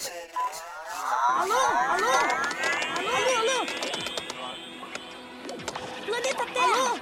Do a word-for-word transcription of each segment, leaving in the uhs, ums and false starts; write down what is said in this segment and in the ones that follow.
Alô? Alô? Alô? Alô? Planeta Terra!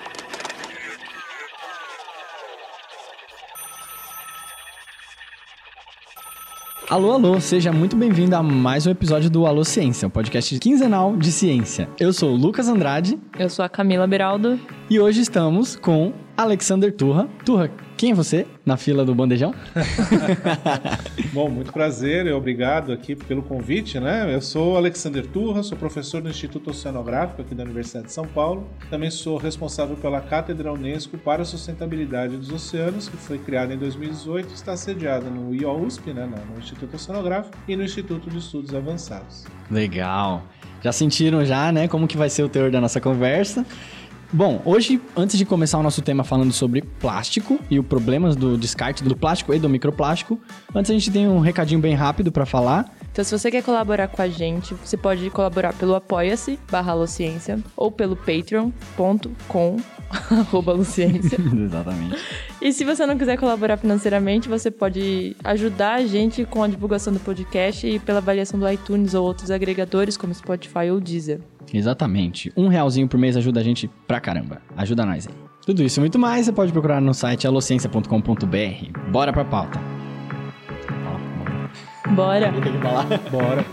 Alô, alô, seja muito bem-vindo a mais um episódio do Alô Ciência, um podcast quinzenal de ciência. Eu sou o Lucas Andrade. Eu sou a Camila Beraldo. E hoje estamos com Alexander Turra. Turra, quem é você na fila do bandejão? Bom, muito prazer e obrigado aqui pelo convite, né? Eu sou o Alexander Turra, sou professor do Instituto Oceanográfico aqui da Universidade de São Paulo. Também sou responsável pela Cátedra Unesco para a Sustentabilidade dos Oceanos, que foi criada em dois mil e dezoito e está sediada no I O U S P, né, no Instituto Oceanográfico, e no Instituto de Estudos Avançados. Legal. Já sentiram já, né, como que vai ser o teor da nossa conversa? Bom, hoje, antes de começar o nosso tema falando sobre plástico e os problemas do descarte do plástico e do microplástico, antes a gente tem um recadinho bem rápido para falar. Então, se você quer colaborar com a gente, você pode colaborar pelo apoia-se barra Alociência ou pelo patreon ponto com arroba Alociência. Exatamente. E se você não quiser colaborar financeiramente, você pode ajudar a gente com a divulgação do podcast e pela avaliação do iTunes ou outros agregadores como Spotify ou Deezer. Exatamente. Um realzinho por mês ajuda a gente pra caramba. Ajuda nós aí. Tudo isso e muito mais você pode procurar no site alociência ponto com ponto b r. Bora pra pauta. Bora. Tem que falar? Bora!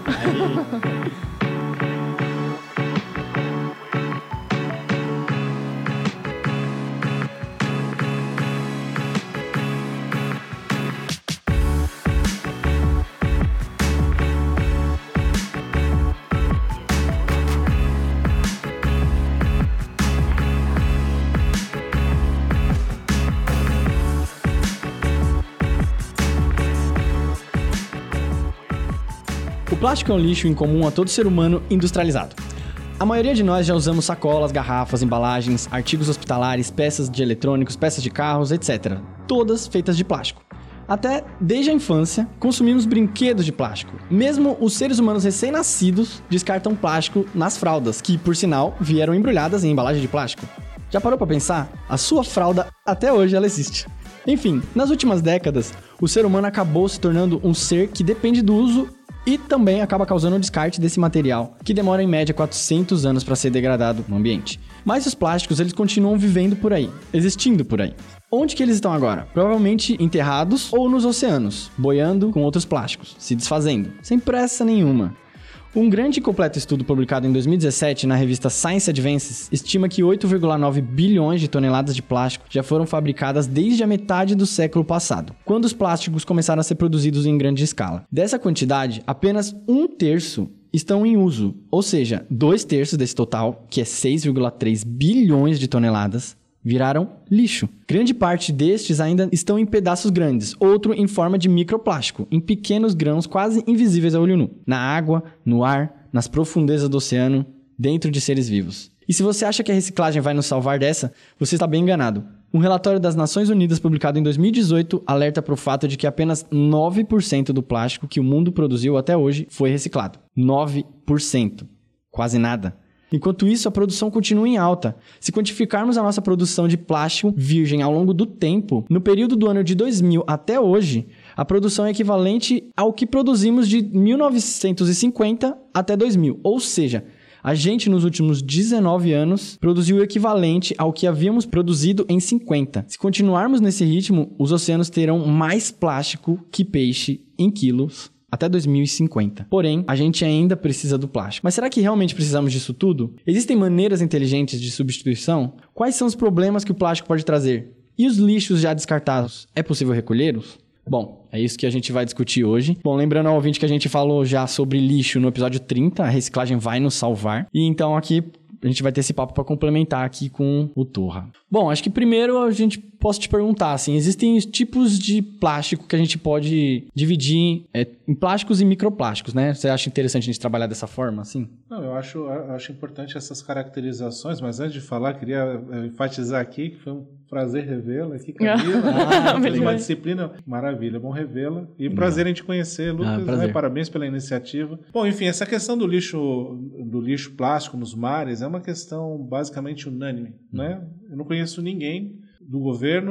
O plástico é um lixo incomum a todo ser humano industrializado. A maioria de nós já usamos sacolas, garrafas, embalagens, artigos hospitalares, peças de eletrônicos, peças de carros, etcétera. Todas feitas de plástico. Até desde a infância, consumimos brinquedos de plástico. Mesmo os seres humanos recém-nascidos descartam plástico nas fraldas, que, por sinal, vieram embrulhadas em embalagem de plástico. Já parou pra pensar? A sua fralda, até hoje, ela existe. Enfim, nas últimas décadas, o ser humano acabou se tornando um ser que depende do uso e também acaba causando o descarte desse material, que demora em média quatrocentos anos para ser degradado no ambiente. Mas os plásticos, eles continuam vivendo por aí, existindo por aí. Onde que eles estão agora? Provavelmente enterrados ou nos oceanos, boiando com outros plásticos, se desfazendo, sem pressa nenhuma. Um grande e completo estudo publicado em dois mil e dezessete na revista Science Advances estima que oito vírgula nove bilhões de toneladas de plástico já foram fabricadas desde a metade do século passado, quando os plásticos começaram a ser produzidos em grande escala. Dessa quantidade, apenas um terço estão em uso, ou seja, dois terços desse total, que é seis vírgula três bilhões de toneladas, viraram lixo. Grande parte destes ainda estão em pedaços grandes, outro em forma de microplástico, em pequenos grãos quase invisíveis a olho nu, na água, no ar, nas profundezas do oceano, dentro de seres vivos. E se você acha que a reciclagem vai nos salvar dessa, você está bem enganado. Um relatório das Nações Unidas publicado em dois mil e dezoito alerta para o fato de que apenas nove por cento do plástico que o mundo produziu até hoje foi reciclado. nove por cento. Quase nada. Enquanto isso, a produção continua em alta. Se quantificarmos a nossa produção de plástico virgem ao longo do tempo, no período do ano de dois mil até hoje, a produção é equivalente ao que produzimos de mil novecentos e cinquenta até dois mil. Ou seja, a gente nos últimos dezenove anos produziu o equivalente ao que havíamos produzido em cinquenta. Se continuarmos nesse ritmo, os oceanos terão mais plástico que peixe em quilos até dois mil e cinquenta. Porém, a gente ainda precisa do plástico. Mas será que realmente precisamos disso tudo? Existem maneiras inteligentes de substituição? Quais são os problemas que o plástico pode trazer? E os lixos já descartados? É possível recolhê-los? Bom, é isso que a gente vai discutir hoje. Bom, lembrando ao ouvinte que a gente falou já sobre lixo no episódio trinta, a reciclagem vai nos salvar. E então aqui a gente vai ter esse papo para complementar aqui com o Turra. Bom, acho que primeiro a gente posso te perguntar, assim, existem tipos de plástico que a gente pode dividir é, em plásticos e microplásticos, né? Você acha interessante a gente trabalhar dessa forma, assim? Não, eu acho, eu acho importante essas caracterizações, mas antes de falar, queria enfatizar aqui que foi um prazer revê-la aqui, Camila. Ah, fez uma disciplina maravilha, bom revê-la. E prazer em te conhecer, Lucas. Ah, né? Parabéns pela iniciativa. Bom, enfim, essa questão do lixo, do lixo plástico nos mares é uma questão basicamente unânime, hum. né? Eu não conheço ninguém do governo,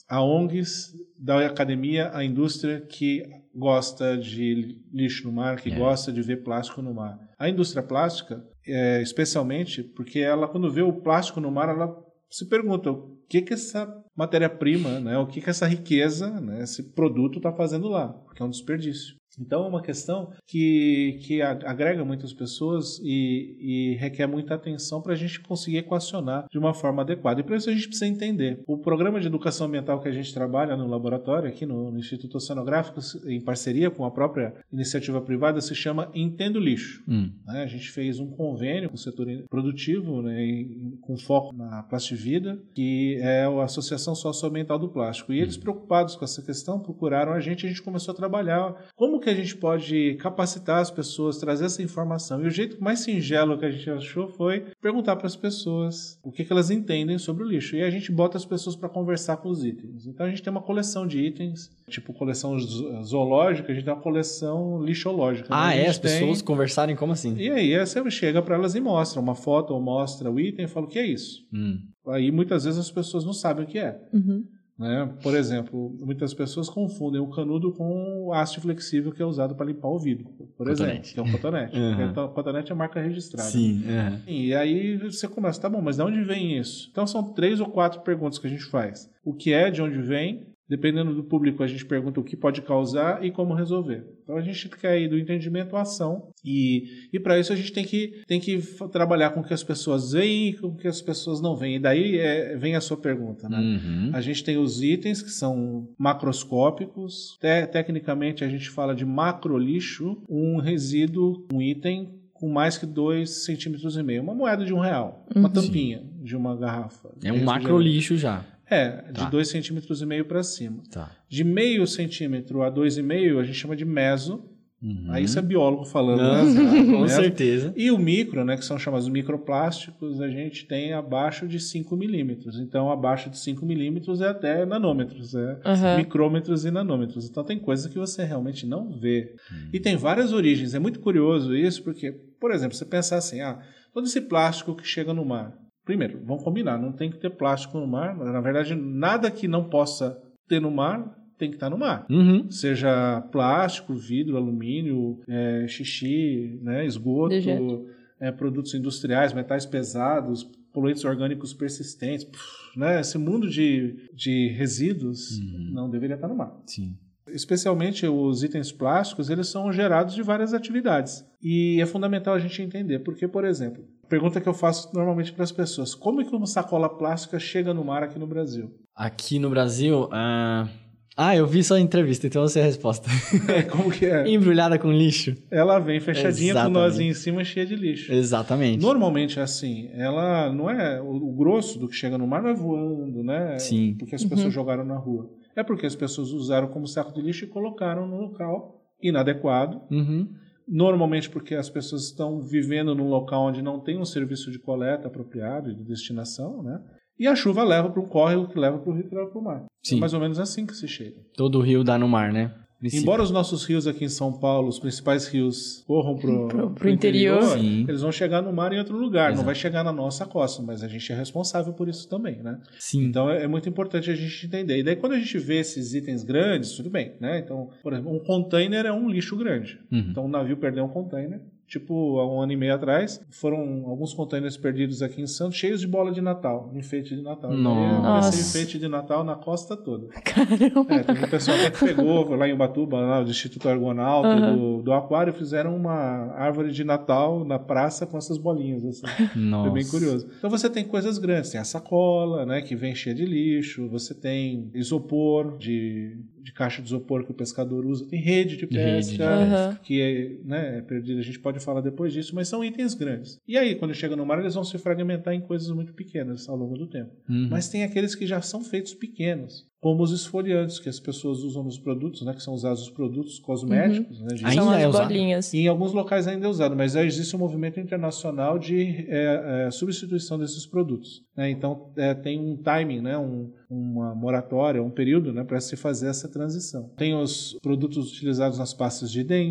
a O N Gs, da academia, a indústria que gosta de lixo no mar, que É. gosta de ver plástico no mar. A indústria plástica, é, especialmente, porque ela, quando vê o plástico no mar, ela se pergunta o que que essa matéria-prima, né, o que que essa riqueza, né, esse produto está fazendo lá, porque é um desperdício. Então é uma questão que, que agrega muitas pessoas e, e requer muita atenção para a gente conseguir equacionar de uma forma adequada. E para isso a gente precisa entender. O programa de educação ambiental que a gente trabalha no laboratório, aqui no, no Instituto Oceanográfico, em parceria com a própria iniciativa privada, se chama Entendo Lixo. Hum. Né? A gente fez um convênio com o setor produtivo, né, em, com foco na Plastivida, que é a Associação Socioambiental do Plástico. E eles, preocupados com essa questão, procuraram a gente e a gente começou a trabalhar como que a gente pode capacitar as pessoas, trazer essa informação. E o jeito mais singelo que a gente achou foi perguntar para as pessoas o que, que elas entendem sobre o lixo. E a gente bota as pessoas para conversar com os itens. Então a gente tem uma coleção de itens, tipo coleção zoológica, a gente tem uma coleção lixológica. Ah, né? é? As tem... pessoas conversarem como assim? E aí você chega para elas e mostra uma foto ou mostra o item e fala o que é isso. Hum. Aí muitas vezes as pessoas não sabem o que é. Uhum. Né? Por exemplo, muitas pessoas confundem o canudo com o haste flexível que é usado para limpar o vidro, por Cotonete. exemplo, que é o cotonete. Uhum. Então, o cotonete é marca registrada. Sim. Uhum. E aí você começa, tá bom, mas de onde vem isso? Então são três ou quatro perguntas que a gente faz. O que é, de onde vem, dependendo do público a gente pergunta o que pode causar e como resolver. Então a gente quer ir do entendimento à ação e, e para isso a gente tem que, tem que trabalhar com o que as pessoas veem e com o que as pessoas não veem. E daí é, vem a sua pergunta, né? Uhum. A gente tem os itens que são macroscópicos. Te- tecnicamente a gente fala de macrolixo, um resíduo, um item com mais que dois centímetros e meio. Uma moeda de um real, uma tampinha de uma garrafa. É um macro lixo já. É, de Tá. dois centímetros e meio para cima. Tá. De meio centímetro a dois e meio a gente chama de meso. Uhum. Aí isso é biólogo falando, Não, né? com Meso. certeza. E o micro, né, que são chamados microplásticos, a gente tem abaixo de cinco milímetros. Então, abaixo de cinco milímetros é até nanômetros, é Uhum. micrômetros e nanômetros. Então, tem coisas que você realmente não vê. E tem várias origens. É muito curioso isso, porque, por exemplo, você pensar assim, ah, todo esse plástico que chega no mar. Primeiro, vamos combinar, não tem que ter plástico no mar. Na verdade, nada que não possa ter no mar tem que estar no mar. Uhum. Seja plástico, vidro, alumínio, é, xixi, né, esgoto, Dejeto. é, produtos industriais, metais pesados, poluentes orgânicos persistentes. Pff, né, esse mundo de, de resíduos não deveria estar no mar. Sim. Especialmente os itens plásticos, eles são gerados de várias atividades. E é fundamental a gente entender, porque, por exemplo, pergunta que eu faço normalmente para as pessoas, como é que uma sacola plástica chega no mar aqui no Brasil? Aqui no Brasil... Ah, ah eu vi sua entrevista, então eu sei a resposta. É, como que é? Embrulhada com lixo. Ela vem fechadinha Exatamente. com o nozinho em cima cheia de lixo. Exatamente. Normalmente, assim, ela não é... O, o grosso do que chega no mar não é voando, né? Sim. Porque as pessoas jogaram na rua. É porque as pessoas usaram como saco de lixo e colocaram no local inadequado. Uhum. Normalmente porque as pessoas estão vivendo num local onde não tem um serviço de coleta apropriado e de destinação, né? E a chuva leva para um córrego que leva para o rio que leva para o mar. Sim. É mais ou menos assim que se chega. Todo rio dá no mar, né? Princípio. Embora os nossos rios aqui em São Paulo, os principais rios, corram pro, Pro- pro pro interior. Sim. eles vão chegar no mar em outro lugar. Não Exato. vai chegar na nossa costa, mas a gente é responsável por isso também, né? Sim. Então é, é muito importante a gente entender. E daí quando a gente vê esses itens grandes, tudo bem, né? Então, por exemplo, um container é um lixo grande. Uhum. Então o navio perdeu um container. Tipo, há um ano e meio atrás, foram alguns containers perdidos aqui em Santos, cheios de bola de Natal, enfeite de Natal. Nossa. Esse enfeite de Natal na costa toda. Caramba. É, teve um pessoal até que pegou, foi lá em Ubatuba, lá do Instituto Argonauta, Uhum. do, do Aquário, fizeram uma árvore de Natal na praça com essas bolinhas, assim. Nossa. Foi bem curioso. Então você tem coisas grandes, tem a sacola, né, que vem cheia de lixo, você tem isopor, de, de caixa de isopor que o pescador usa, tem rede de De rede de pesca, pesca. que é, né, é perdida, a gente pode falar depois disso, mas são itens grandes. E aí, quando chega no mar, eles vão se fragmentar em coisas muito pequenas ao longo do tempo. Uhum. Mas tem aqueles que já são feitos pequenos, como os esfoliantes que as pessoas usam nos produtos, né, que são usados nos produtos cosméticos, né, de- Ainda São as é usado? bolinhas. e em alguns locais ainda é usado, mas já existe um movimento internacional de é, é, substituição desses produtos, né? Então é, tem um timing, né? um, uma moratória, um período, né? Para se fazer essa transição. Tem os produtos utilizados nas pastas de dente,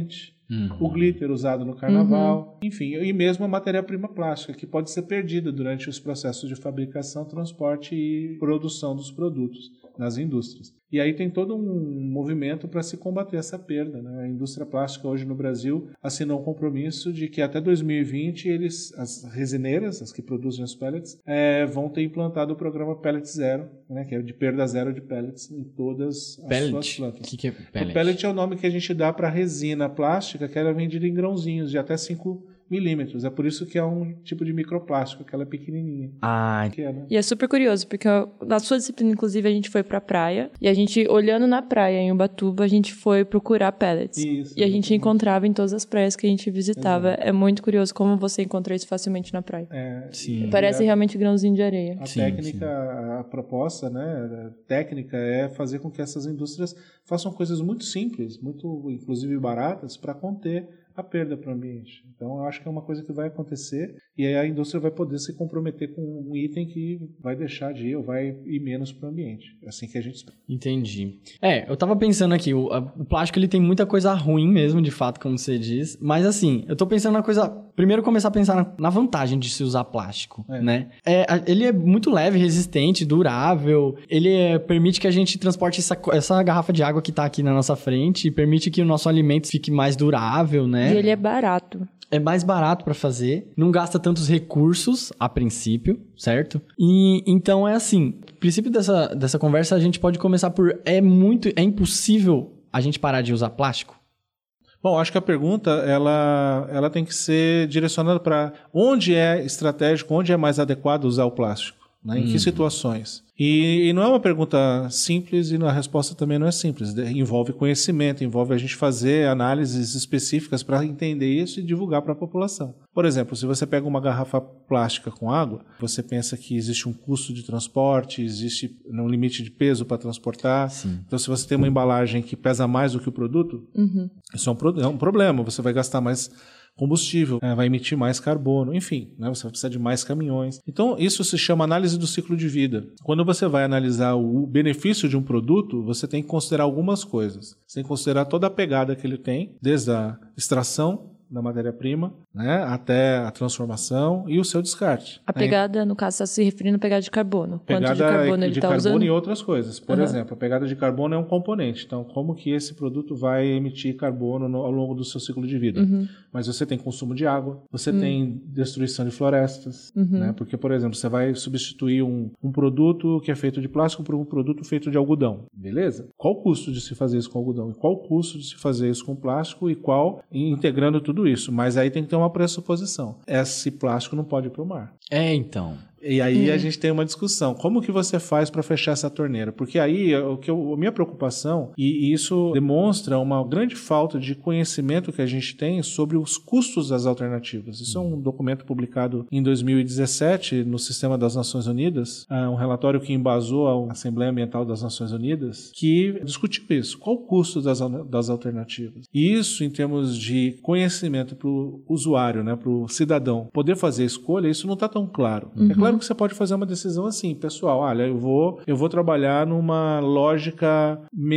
Uhum. O glitter usado no carnaval, uhum. enfim, e mesmo a matéria-prima plástica, que pode ser perdida durante os processos de fabricação, transporte e produção dos produtos nas indústrias. E aí tem todo um movimento para se combater essa perda, né? A indústria plástica hoje no Brasil assinou um compromisso de que até dois mil e vinte eles, as resineiras, as que produzem os pellets, é, vão ter implantado o programa Pellet Zero, né? Que é de perda zero de pellets em todas as pellet? suas plantas. O que, que é pellet? O pellet é o nome que a gente dá para a resina plástica, que ela é vendida em grãozinhos de até cinco milímetros. É por isso que é um tipo de microplástico, que ela é pequenininha. Ah. Que é, né? E é super curioso, porque na sua disciplina, inclusive, a gente foi pra praia, e a gente, olhando na praia em Ubatuba, a gente foi procurar pellets. Isso, e a gente encontrava em todas as praias que a gente visitava. Exato. É muito curioso como você encontra isso facilmente na praia. É, sim. Parece a, realmente grãozinho de areia. A sim, técnica, sim. a proposta, né, a técnica é fazer com que essas indústrias façam coisas muito simples, muito, inclusive baratas, para conter a perda para o ambiente. Então, eu acho que é uma coisa que vai acontecer e aí a indústria vai poder se comprometer com um item que vai deixar de ir ou vai ir menos para o ambiente. É assim que a gente espera. Entendi. É, eu tava pensando aqui, o, a, o plástico ele tem muita coisa ruim mesmo, de fato, como você diz, mas assim, eu tô pensando na coisa... Primeiro começar a pensar na, na vantagem de se usar plástico, é. né? É, a, ele é muito leve, resistente, durável, ele é, permite que a gente transporte essa, essa garrafa de água que tá aqui na nossa frente, permite que o nosso alimento fique mais durável, né? E ele é barato. É mais barato para fazer, não gasta tantos recursos a princípio, certo? E então é assim, o princípio dessa, dessa conversa a gente pode começar por é muito, é impossível a gente parar de usar plástico? Bom, acho que a pergunta ela, ela tem que ser direcionada para onde é estratégico, onde é mais adequado usar o plástico, né? Em hum. que situações? E, e não é uma pergunta simples e a resposta também não é simples. Envolve conhecimento, envolve a gente fazer análises específicas para entender isso e divulgar para a população. Por exemplo, se você pega uma garrafa plástica com água, você pensa que existe um custo de transporte, existe um limite de peso para transportar. Sim. Então, se você tem uma embalagem que pesa mais do que o produto, uhum. isso é um, pro, é um problema. Você vai gastar mais combustível, é, vai emitir mais carbono, enfim, né, você vai precisar de mais caminhões. Então, isso se chama análise do ciclo de vida. Quando você vai analisar o benefício de um produto, você tem que considerar algumas coisas. Você tem que considerar toda a pegada que ele tem, desde a extração da matéria-prima, né, até a transformação e o seu descarte. A pegada, né? No caso, está se referindo à pegada de carbono. Pegada Quanto de carbono ele de está carbono usando? E outras coisas. Por uhum. exemplo, a pegada de carbono é um componente. Então, como que esse produto vai emitir carbono no, ao longo do seu ciclo de vida? Uhum. Mas você tem consumo de água, você uhum. tem destruição de florestas, uhum. né? Porque, por exemplo, você vai substituir um, um produto que é feito de plástico por um produto feito de algodão. Beleza? Qual o custo de se fazer isso com algodão? E qual o custo de se fazer isso com plástico? E qual integrando tudo isso? Mas aí tem que ter uma pressuposição. Esse plástico não pode ir para o mar. É, então. E aí Uhum. a gente tem uma discussão. Como que você faz para fechar essa torneira? Porque aí o que eu, a minha preocupação, e isso demonstra uma grande falta de conhecimento que a gente tem sobre os custos das alternativas. Isso uhum. é um documento publicado em dois mil e dezessete no Sistema das Nações Unidas, um relatório que embasou a Assembleia Ambiental das Nações Unidas, que discutiu isso. Qual o custo das, das alternativas? E isso, em termos de conhecimento para o usuário, né, para o cidadão, poder fazer a escolha, isso não está tão claro. Uhum. É claro que você pode fazer uma decisão assim, pessoal, olha, eu vou, eu vou trabalhar numa lógica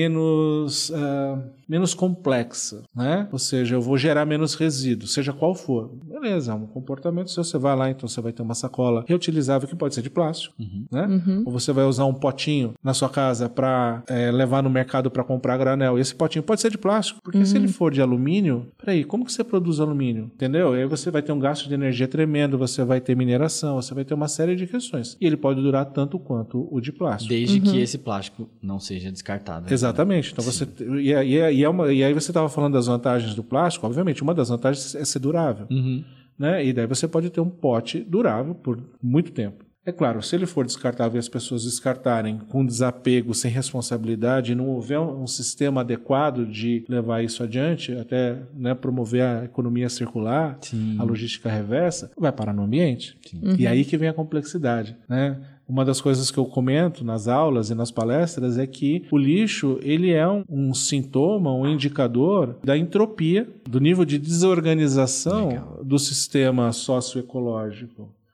menos, uh, menos complexa, né? Ou seja, eu vou gerar menos resíduos, seja qual for. Beleza, é um comportamento seu, você vai lá, então você vai ter uma sacola reutilizável que pode ser de plástico, uhum. né? Uhum. Ou você vai usar um potinho na sua casa para é, levar no mercado para comprar granel. Esse potinho pode ser de plástico, porque uhum. se ele for de alumínio, peraí, como que você produz alumínio? Entendeu? E aí você vai ter um gasto de energia tremendo, você vai ter mineração, você vai ter uma série de questões. E ele pode durar tanto quanto o de plástico. Desde uhum. que esse plástico não seja descartado. Exatamente. Então você, e, e, e, é uma, e aí você estava falando das vantagens do plástico. Obviamente, uma das vantagens é ser durável. Uhum. Né? E daí você pode ter um pote durável por muito tempo. É claro, se ele for descartável e as pessoas descartarem com desapego, sem responsabilidade, e não houver um sistema adequado de levar isso adiante, até né, promover a economia circular, Sim. a logística reversa, vai parar no ambiente. Uhum. E aí que vem a complexidade, né? Uma das coisas que eu comento nas aulas e nas palestras é que o lixo ele é um, um sintoma, um indicador da entropia, do nível de desorganização Legal. do sistema socioecológico.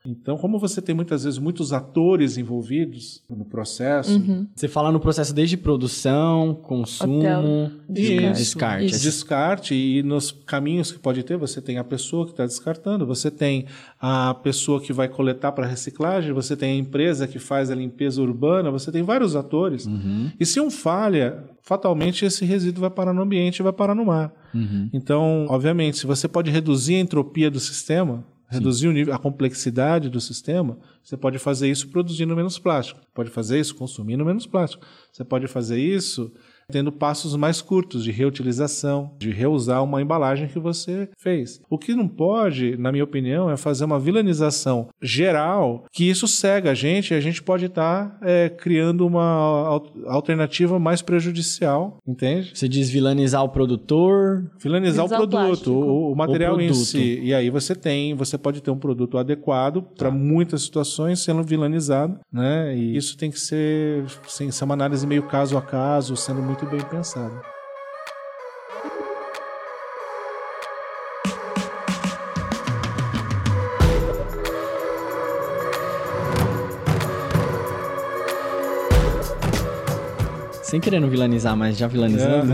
Então, como você tem muitas vezes muitos atores envolvidos no processo... Uhum. Você fala no processo desde produção, consumo, Hotel, descarte. Isso, descarte. isso. descarte, e nos caminhos que pode ter, você tem a pessoa que está descartando, você tem a pessoa que vai coletar para reciclagem, você tem a empresa que faz a limpeza urbana, você tem vários atores. Uhum. E se um falha, fatalmente esse resíduo vai parar no ambiente e vai parar no mar. Uhum. Então, obviamente, se você pode reduzir a entropia do sistema, reduzir o nível, a complexidade do sistema, você pode fazer isso produzindo menos plástico. Pode fazer isso consumindo menos plástico. Você pode fazer isso tendo passos mais curtos de reutilização, de reusar uma embalagem que você fez. O que não pode, na minha opinião, é fazer uma vilanização geral, que isso cega a gente e a gente pode estar é, criando uma alternativa mais prejudicial, entende? Você diz vilanizar o produtor. Vilanizar o Vilanizar o produto, plástico. o, o material O em produto. si. E aí você tem, você pode ter um produto adequado para muitas situações sendo vilanizado, né? E isso tem que ser, sem ser uma análise meio caso a caso, sendo muito bem pensado. Sem querendo vilanizar, mas já vilanizando.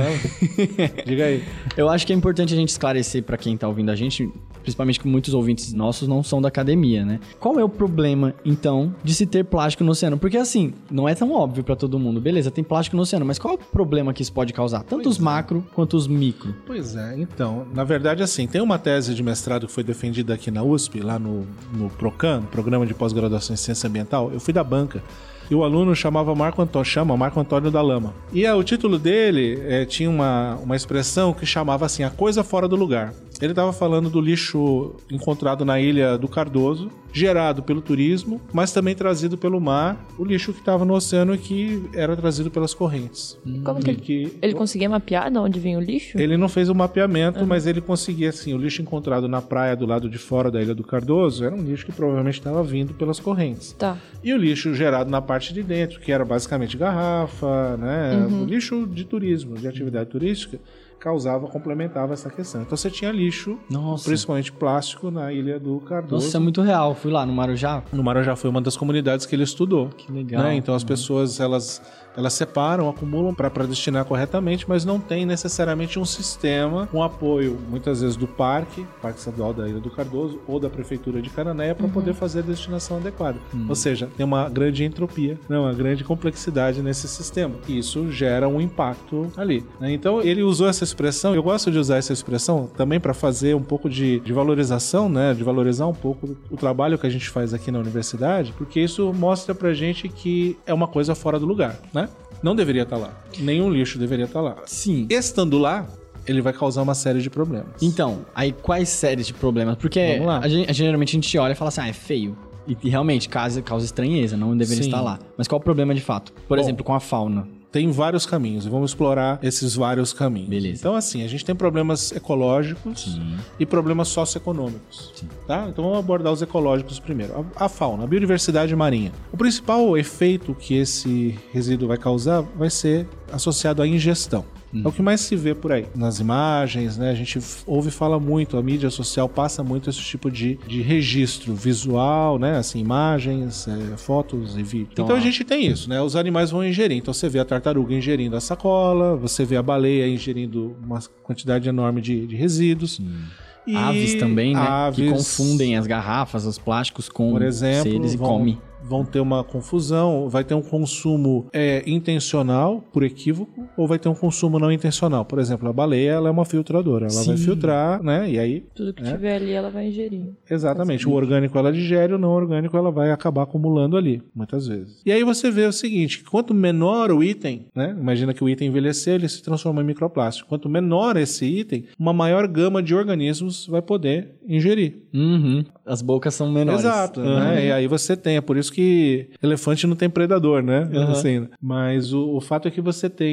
É, diga aí. Eu acho que é importante a gente esclarecer pra quem tá ouvindo a gente, principalmente que muitos ouvintes nossos não são da academia, né? Qual é o problema, então, de se ter plástico no oceano? Porque, assim, não é tão óbvio pra todo mundo. Beleza, tem plástico no oceano, mas qual é o problema que isso pode causar? Tanto Pois os é. macro quanto os micro. Pois é, então, na verdade, assim, tem uma tese de mestrado que foi defendida aqui na U S P, lá no, no PROCAN, Programa de Pós-Graduação em Ciência Ambiental. Eu fui da banca. E o aluno chamava Marco Antônio, chama Marco Antônio da Lama. E ah, o título dele eh, tinha uma, uma expressão que chamava assim, a coisa fora do lugar. Ele estava falando do lixo encontrado na Ilha do Cardoso, gerado pelo turismo, mas também trazido pelo mar, o lixo que estava no oceano e que era trazido pelas correntes. Como E que que ele conseguia mapear de onde vinha o lixo? ele não fez o mapeamento, mas ele conseguia, assim, o lixo encontrado na praia do lado de fora da Ilha do Cardoso era um lixo que provavelmente estava vindo pelas correntes. Tá. E o lixo gerado na parte de dentro, que era basicamente garrafa, né? O lixo de turismo, de atividade turística, causava, complementava essa questão. Então você tinha lixo, Nossa. principalmente plástico, na Ilha do Cardoso. Nossa, isso é muito real. Fui lá no Marujá. No Marajá foi uma das comunidades que ele estudou. Que legal. Né? Então as pessoas, elas, elas separam, acumulam para destinar corretamente, mas não tem necessariamente um sistema com apoio, muitas vezes do parque, Parque Estadual da Ilha do Cardoso, ou da Prefeitura de Cananéia, para poder fazer a destinação adequada. Ou seja, tem uma grande entropia, né? Uma grande complexidade nesse sistema. E isso gera um impacto ali. Né? Então ele usou essa expressão, eu gosto de usar essa expressão também para fazer um pouco de, de valorização, né? De valorizar um pouco o trabalho que a gente faz aqui na universidade, porque isso mostra pra gente que é uma coisa fora do lugar, né? Não deveria estar lá. Nenhum lixo deveria estar lá. Sim. Estando lá, ele vai causar uma série de problemas. Então, aí quais séries de problemas? Porque Vamos lá. a gente, geralmente a gente olha e fala assim, ah, é feio. E, e realmente causa, causa estranheza, não deveria Sim. estar lá. Mas qual o problema de fato? Por Bom, exemplo, com a fauna. Tem vários caminhos, e vamos explorar esses vários caminhos. Beleza. Então, assim, a gente tem problemas ecológicos e problemas socioeconômicos. Tá? Então, vamos abordar os ecológicos primeiro. A, a fauna, a biodiversidade marinha. O principal efeito que esse resíduo vai causar vai ser associado à ingestão. É o que mais se vê por aí. Nas imagens, né? A gente ouve falar muito, a mídia social passa muito esse tipo de, de registro visual, né? Assim, imagens, é, fotos e vídeos. Então, Então, a ó. gente tem isso, né? Os animais vão ingerir. Então você vê a tartaruga ingerindo a sacola, você vê a baleia ingerindo uma quantidade enorme de, de resíduos. E Aves também, né? aves, Que confundem as garrafas, os plásticos com por exemplo, seres e vão, comem. vão ter uma confusão, vai ter um consumo é, intencional, por equívoco, ou vai ter um consumo não intencional. Por exemplo, a baleia, ela é uma filtradora, ela Sim. vai filtrar, né? E aí, Tudo que É. tiver ali, ela vai ingerir. exatamente, o orgânico ela digere, o não orgânico ela vai acabar acumulando ali, muitas vezes. E aí você vê o seguinte, quanto menor o item, né? Imagina que o item envelheceu, ele se transforma em microplástico. Quanto menor esse item, uma maior gama de organismos vai poder ingerir. Uhum. As bocas são menores. Exato, Uhum. né? E aí você tem, é por isso que elefante não tem predador, né? Uhum. Assim, mas o, o fato é que você tem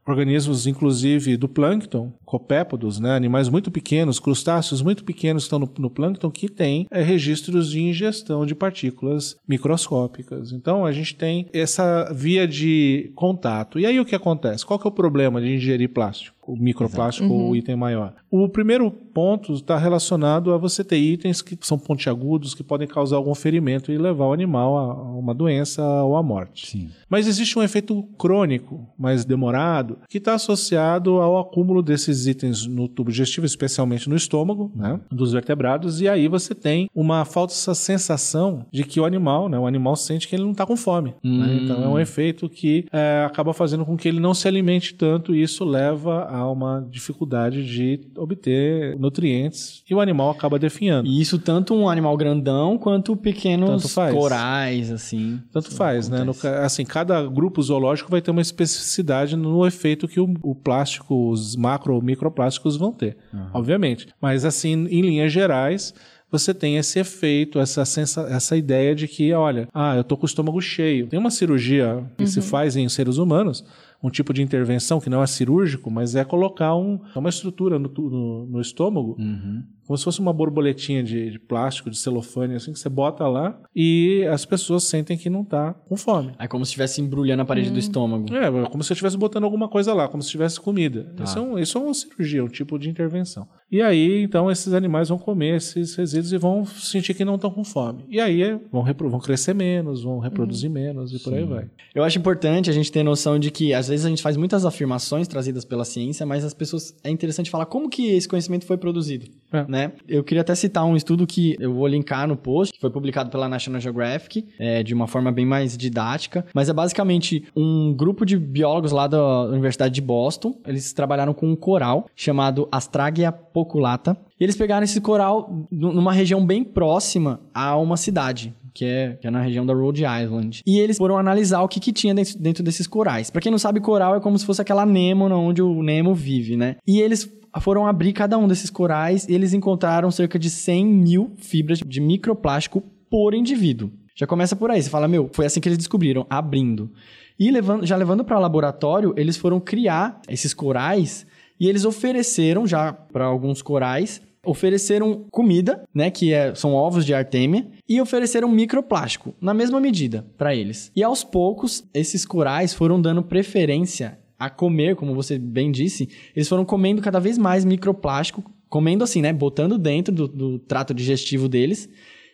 organismos, inclusive, do plâncton, copépodos, né? Animais muito pequenos, crustáceos muito pequenos que estão no, no plâncton, que têm é, registros de ingestão de partículas microscópicas. Então, a gente tem essa via de contato. E aí, o que acontece? Qual que é o problema de ingerir plástico? O microplástico ou o item maior. O primeiro ponto está relacionado a você ter itens que são pontiagudos, que podem causar algum ferimento e levar o animal a uma doença ou à morte. Sim. Mas existe um efeito crônico, mais demorado, que está associado ao acúmulo desses itens no tubo digestivo, especialmente no estômago, né, dos vertebrados, e aí você tem uma falsa sensação de que o animal, né, o animal sente que ele não está com fome. Hum. Né? Então é um efeito que é, acaba fazendo com que ele não se alimente tanto, e isso leva há uma dificuldade de obter nutrientes e o animal acaba definhando. E isso tanto um animal grandão quanto pequenos Tanto faz. corais, assim. Tanto faz, né? No, acontece. assim, cada grupo zoológico vai ter uma especificidade no efeito que o, o plástico, os macro ou microplásticos vão ter, uhum. obviamente. Mas assim, em linhas gerais, você tem esse efeito, essa, sensa, essa ideia de que, olha, ah, eu tô com o estômago cheio. Tem uma cirurgia que uhum. se faz em seres humanos, um tipo de intervenção que não é cirúrgico, mas é colocar um, uma estrutura no, no, no estômago, uhum. como se fosse uma borboletinha de, de plástico, de celofane, assim, que você bota lá e as pessoas sentem que não tá com fome. É como se estivesse embrulhando a parede hum. do estômago. É, como se eu estivesse botando alguma coisa lá, como se tivesse comida. Tá. Isso, é um, isso é uma cirurgia, um tipo de intervenção. E aí, então, esses animais vão comer esses resíduos e vão sentir que não estão com fome. E aí vão, repro- vão crescer menos, vão reproduzir hum. menos e Sim. por aí vai. Eu acho importante a gente ter noção de que, às vezes, a gente faz muitas afirmações trazidas pela ciência, mas as pessoas... É interessante falar como que esse conhecimento foi produzido. É. Né? Eu queria até citar um estudo que eu vou linkar no post, que foi publicado pela National Geographic, é, de uma forma bem mais didática, mas é basicamente um grupo de biólogos lá da Universidade de Boston. Eles trabalharam com um coral chamado Astragia poculata, e eles pegaram esse coral numa região bem próxima a uma cidade, que é, que é na região da Rhode Island. E eles foram analisar o que, que tinha dentro, dentro desses corais. Pra quem não sabe, coral é como se fosse aquela Nemo, onde o Nemo vive, né? E eles foram abrir cada um desses corais e eles encontraram cerca de cem mil fibras de microplástico por indivíduo. Já começa por aí, você fala, meu, foi assim que eles descobriram, abrindo. E levando, já levando para o laboratório, eles foram criar esses corais e eles ofereceram já para alguns corais, ofereceram comida, né, que é, são ovos de artêmia, e ofereceram microplástico, na mesma medida, para eles. E aos poucos, esses corais foram dando preferência a comer, como você bem disse, eles foram comendo cada vez mais microplástico, comendo assim, né, botando dentro do, do trato digestivo deles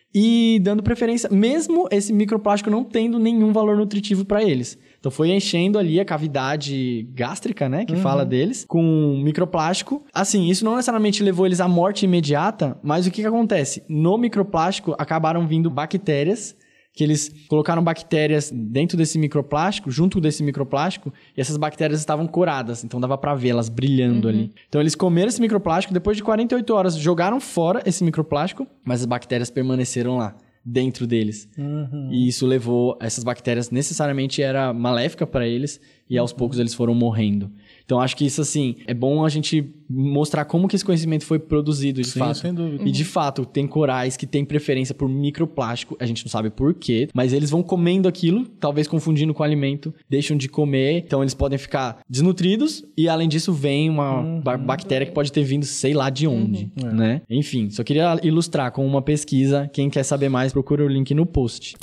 e dando preferência, mesmo esse microplástico não tendo nenhum valor nutritivo para eles. Então foi enchendo ali a cavidade gástrica, né, que uhum. fala deles, com microplástico. Assim, isso não necessariamente levou eles à morte imediata, mas o que que acontece? No microplástico acabaram vindo bactérias, que eles colocaram bactérias dentro desse microplástico, junto desse microplástico, e essas bactérias estavam coradas, então dava pra vê-las brilhando uhum. ali. Então eles comeram esse microplástico, depois de quarenta e oito horas jogaram fora esse microplástico, mas as bactérias permaneceram lá, dentro deles. Uhum. E isso levou, essas bactérias necessariamente era maléfica para eles, e aos uhum. poucos eles foram morrendo. Então, acho que isso, assim, é bom a gente mostrar como que esse conhecimento foi produzido, de Sim, fato. sem dúvida. E, de fato, tem corais que têm preferência por microplástico, a gente não sabe por quê, mas eles vão comendo aquilo, talvez confundindo com alimento, deixam de comer, então eles podem ficar desnutridos, e, além disso, vem uma uhum. ba- bactéria que pode ter vindo sei lá de onde, uhum. né? Enfim, só queria ilustrar com uma pesquisa. Quem quer saber mais, procura o link no post.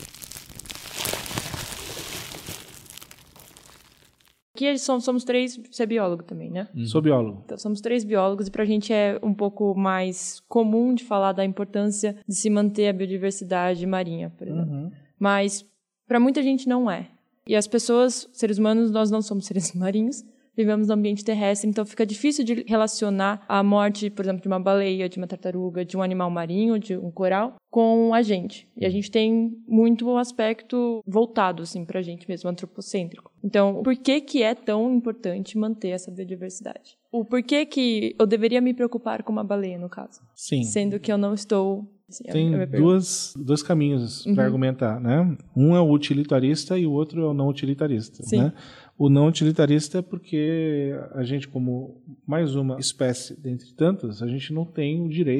Aqui somos, somos três, você é biólogo também, né? Uhum. Sou biólogo. Então, somos três biólogos e pra gente é um pouco mais comum de falar da importância de se manter a biodiversidade marinha, por exemplo. Uhum. Mas pra muita gente não é. E as pessoas, seres humanos, nós não somos seres marinhos, vivemos no ambiente terrestre, então fica difícil de relacionar a morte, por exemplo, de uma baleia, de uma tartaruga, de um animal marinho, de um coral, com a gente. E a gente tem muito o aspecto voltado, assim, pra gente mesmo, antropocêntrico. Então, por que que é tão importante manter essa biodiversidade? O porquê que eu deveria me preocupar com uma baleia, no caso? Sim. Sendo que eu não estou... Assim, tem duas, dois caminhos uhum. para argumentar, né? Um é o utilitarista e o outro é o não utilitarista, Sim. né? O não utilitarista é porque a gente, como mais uma espécie dentre tantas, a gente não tem o direito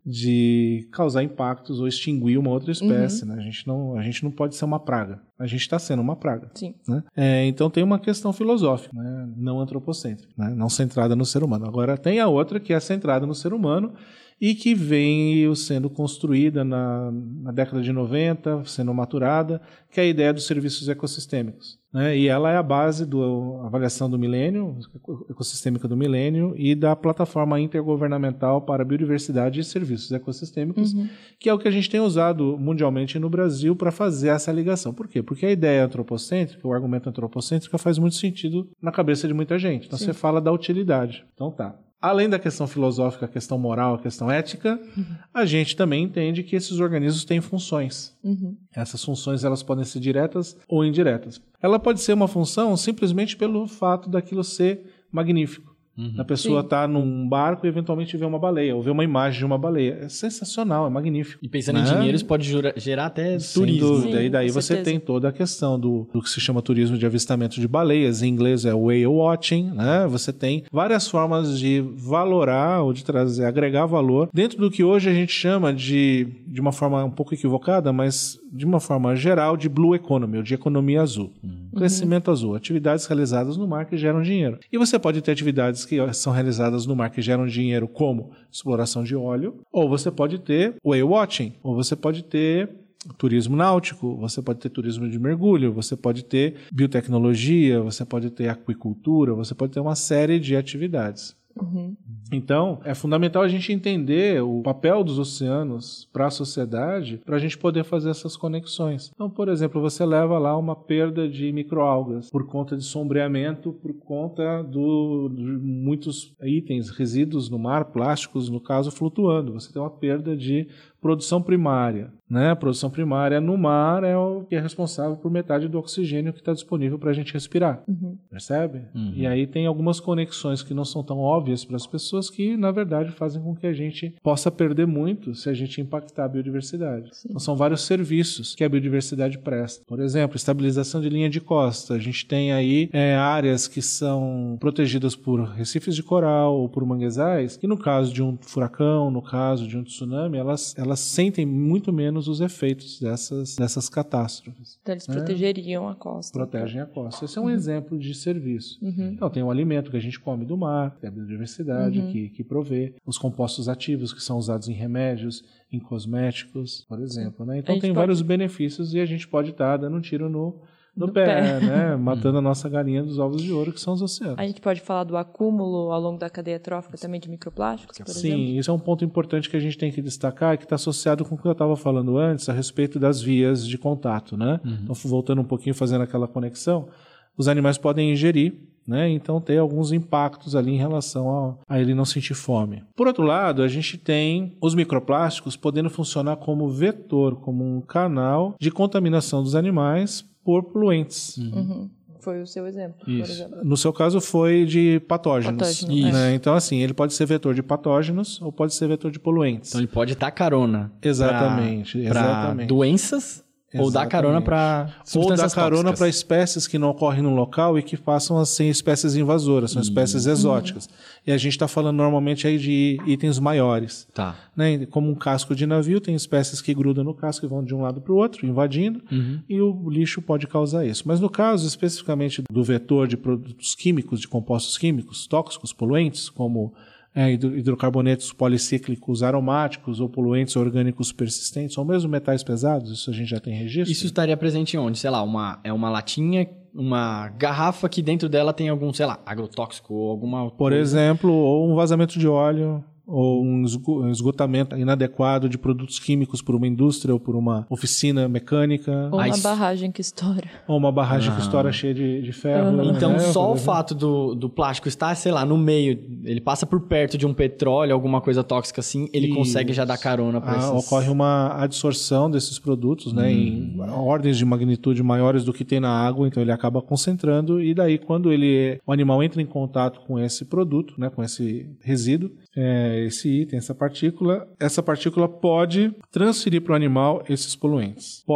de causar impactos ou extinguir uma outra espécie. Uhum. Né? A gente não, a gente não pode ser uma praga. A gente está sendo uma praga. Sim. Né? É, então tem uma questão filosófica, né? Não antropocêntrica, né? Não centrada no ser humano. Agora tem a outra que é centrada no ser humano e que veio sendo construída na, na década de noventa, sendo maturada, que é a ideia dos serviços ecossistêmicos. Né? E ela é a base da avaliação do milênio, ecossistêmica do milênio, e da plataforma intergovernamental para a biodiversidade e serviços ecossistêmicos, uhum. que é o que a gente tem usado mundialmente no Brasil para fazer essa ligação. Por quê? Porque a ideia antropocêntrica, o argumento antropocêntrico faz muito sentido na cabeça de muita gente. Então Sim. você fala da utilidade. Então tá. Além da questão filosófica, a questão moral, a questão ética, uhum. a gente também entende que esses organismos têm funções. Uhum. Essas funções elas podem ser diretas ou indiretas. Ela pode ser uma função simplesmente pelo fato daquilo ser magnífico. Uhum. A pessoa está num barco e eventualmente vê uma baleia, ou vê uma imagem de uma baleia. É sensacional, é magnífico. E pensando né? em dinheiro, isso pode jura, gerar até Sem turismo. Dúvida. Sim, e daí você certeza. Tem toda a questão do, do que se chama turismo de avistamento de baleias, em inglês é whale watching, né? Você tem várias formas de valorar ou de trazer, agregar valor dentro do que hoje a gente chama de, de uma forma um pouco equivocada, mas de uma forma geral, de blue economy, ou de economia azul. Uhum. Crescimento azul, atividades realizadas no mar que geram dinheiro. E você pode ter atividades que são realizadas no mar que geram dinheiro, como exploração de óleo, ou você pode ter whale watching, ou você pode ter turismo náutico, você pode ter turismo de mergulho, você pode ter biotecnologia, você pode ter aquicultura, você pode ter uma série de atividades. Uhum. Então, é fundamental a gente entender o papel dos oceanos para a sociedade, para a gente poder fazer essas conexões. Então, por exemplo, você leva lá uma perda de microalgas por conta de sombreamento, por conta do, de muitos itens, resíduos no mar, plásticos, no caso, flutuando. Você tem uma perda de produção primária. Né? A produção primária no mar é o que é responsável por metade do oxigênio que está disponível para a gente respirar. Uhum. Percebe? Uhum. E aí tem algumas conexões que não são tão óbvias para as pessoas que, na verdade, fazem com que a gente possa perder muito se a gente impactar a biodiversidade. Então, são vários serviços que a biodiversidade presta. Por exemplo, estabilização de linha de costa. A gente tem aí é, áreas que são protegidas por recifes de coral ou por manguezais, que no caso de um furacão, no caso de um tsunami, elas, elas sentem muito menos os efeitos dessas, dessas catástrofes. Então eles né? protegeriam a costa. Protegem a costa. Esse é um uhum. exemplo de serviço. Uhum. Então tem o alimento que a gente come do mar, tem a biodiversidade uhum. que, que provê, os compostos ativos que são usados em remédios, em cosméticos, por exemplo. Né? Então tem pode... vários benefícios e a gente pode estar dando um tiro no No, no pé, pé, né? Matando a nossa galinha dos ovos de ouro, que são os oceanos. A gente pode falar do acúmulo ao longo da cadeia trófica também de microplásticos, por Sim, exemplo? Sim, isso é um ponto importante que a gente tem que destacar, que está associado com o que eu estava falando antes, a respeito das vias de contato, né? Uhum. Então, voltando um pouquinho, fazendo aquela conexão, os animais podem ingerir, né? Então tem alguns impactos ali em relação a, a ele não sentir fome. Por outro lado, a gente tem os microplásticos podendo funcionar como vetor, como um canal de contaminação dos animais por poluentes. Uhum. Uhum. Foi o seu exemplo, Isso. por exemplo. No seu caso foi de patógenos. Patógeno, né? é. Então, assim, ele pode ser vetor de patógenos ou pode ser vetor de poluentes. Então ele pode dar carona. Exatamente. Pra, exatamente. Pra doenças. Ou dar carona para Ou dar carona para espécies que não ocorrem no local e que passam a ser espécies invasoras, são espécies exóticas. Uhum. E a gente está falando normalmente aí de itens maiores. Tá. Né? Como um casco de navio, tem espécies que grudam no casco e vão de um lado para o outro, invadindo, uhum. e o lixo pode causar isso. Mas no caso especificamente do vetor de produtos químicos, de compostos químicos, tóxicos, poluentes, como É, hidrocarbonetos policíclicos aromáticos ou poluentes orgânicos persistentes, ou mesmo metais pesados, isso a gente já tem registro. Isso estaria presente onde? Sei lá, uma, é uma latinha, uma garrafa que dentro dela tem algum, sei lá, agrotóxico ou alguma Por coisa. exemplo, ou um vazamento de óleo, ou um esgotamento inadequado de produtos químicos por uma indústria ou por uma oficina mecânica. Ou uma Ai, barragem que estoura. Ou uma barragem ah. que estoura cheia de, de ferro. Uhum. Né? Então, é, só o fato do, do plástico estar, sei lá, no meio, ele passa por perto de um petróleo, alguma coisa tóxica assim, ele Isso. consegue já dar carona para esses... Ah, ocorre uma adsorção desses produtos, né, hum. em ordens de magnitude maiores do que tem na água, então ele acaba concentrando, e daí quando ele, o animal entra em contato com esse produto, né, com esse resíduo, é, esse item, essa partícula, essa partícula pode transferir para o animal esses poluentes. Pode.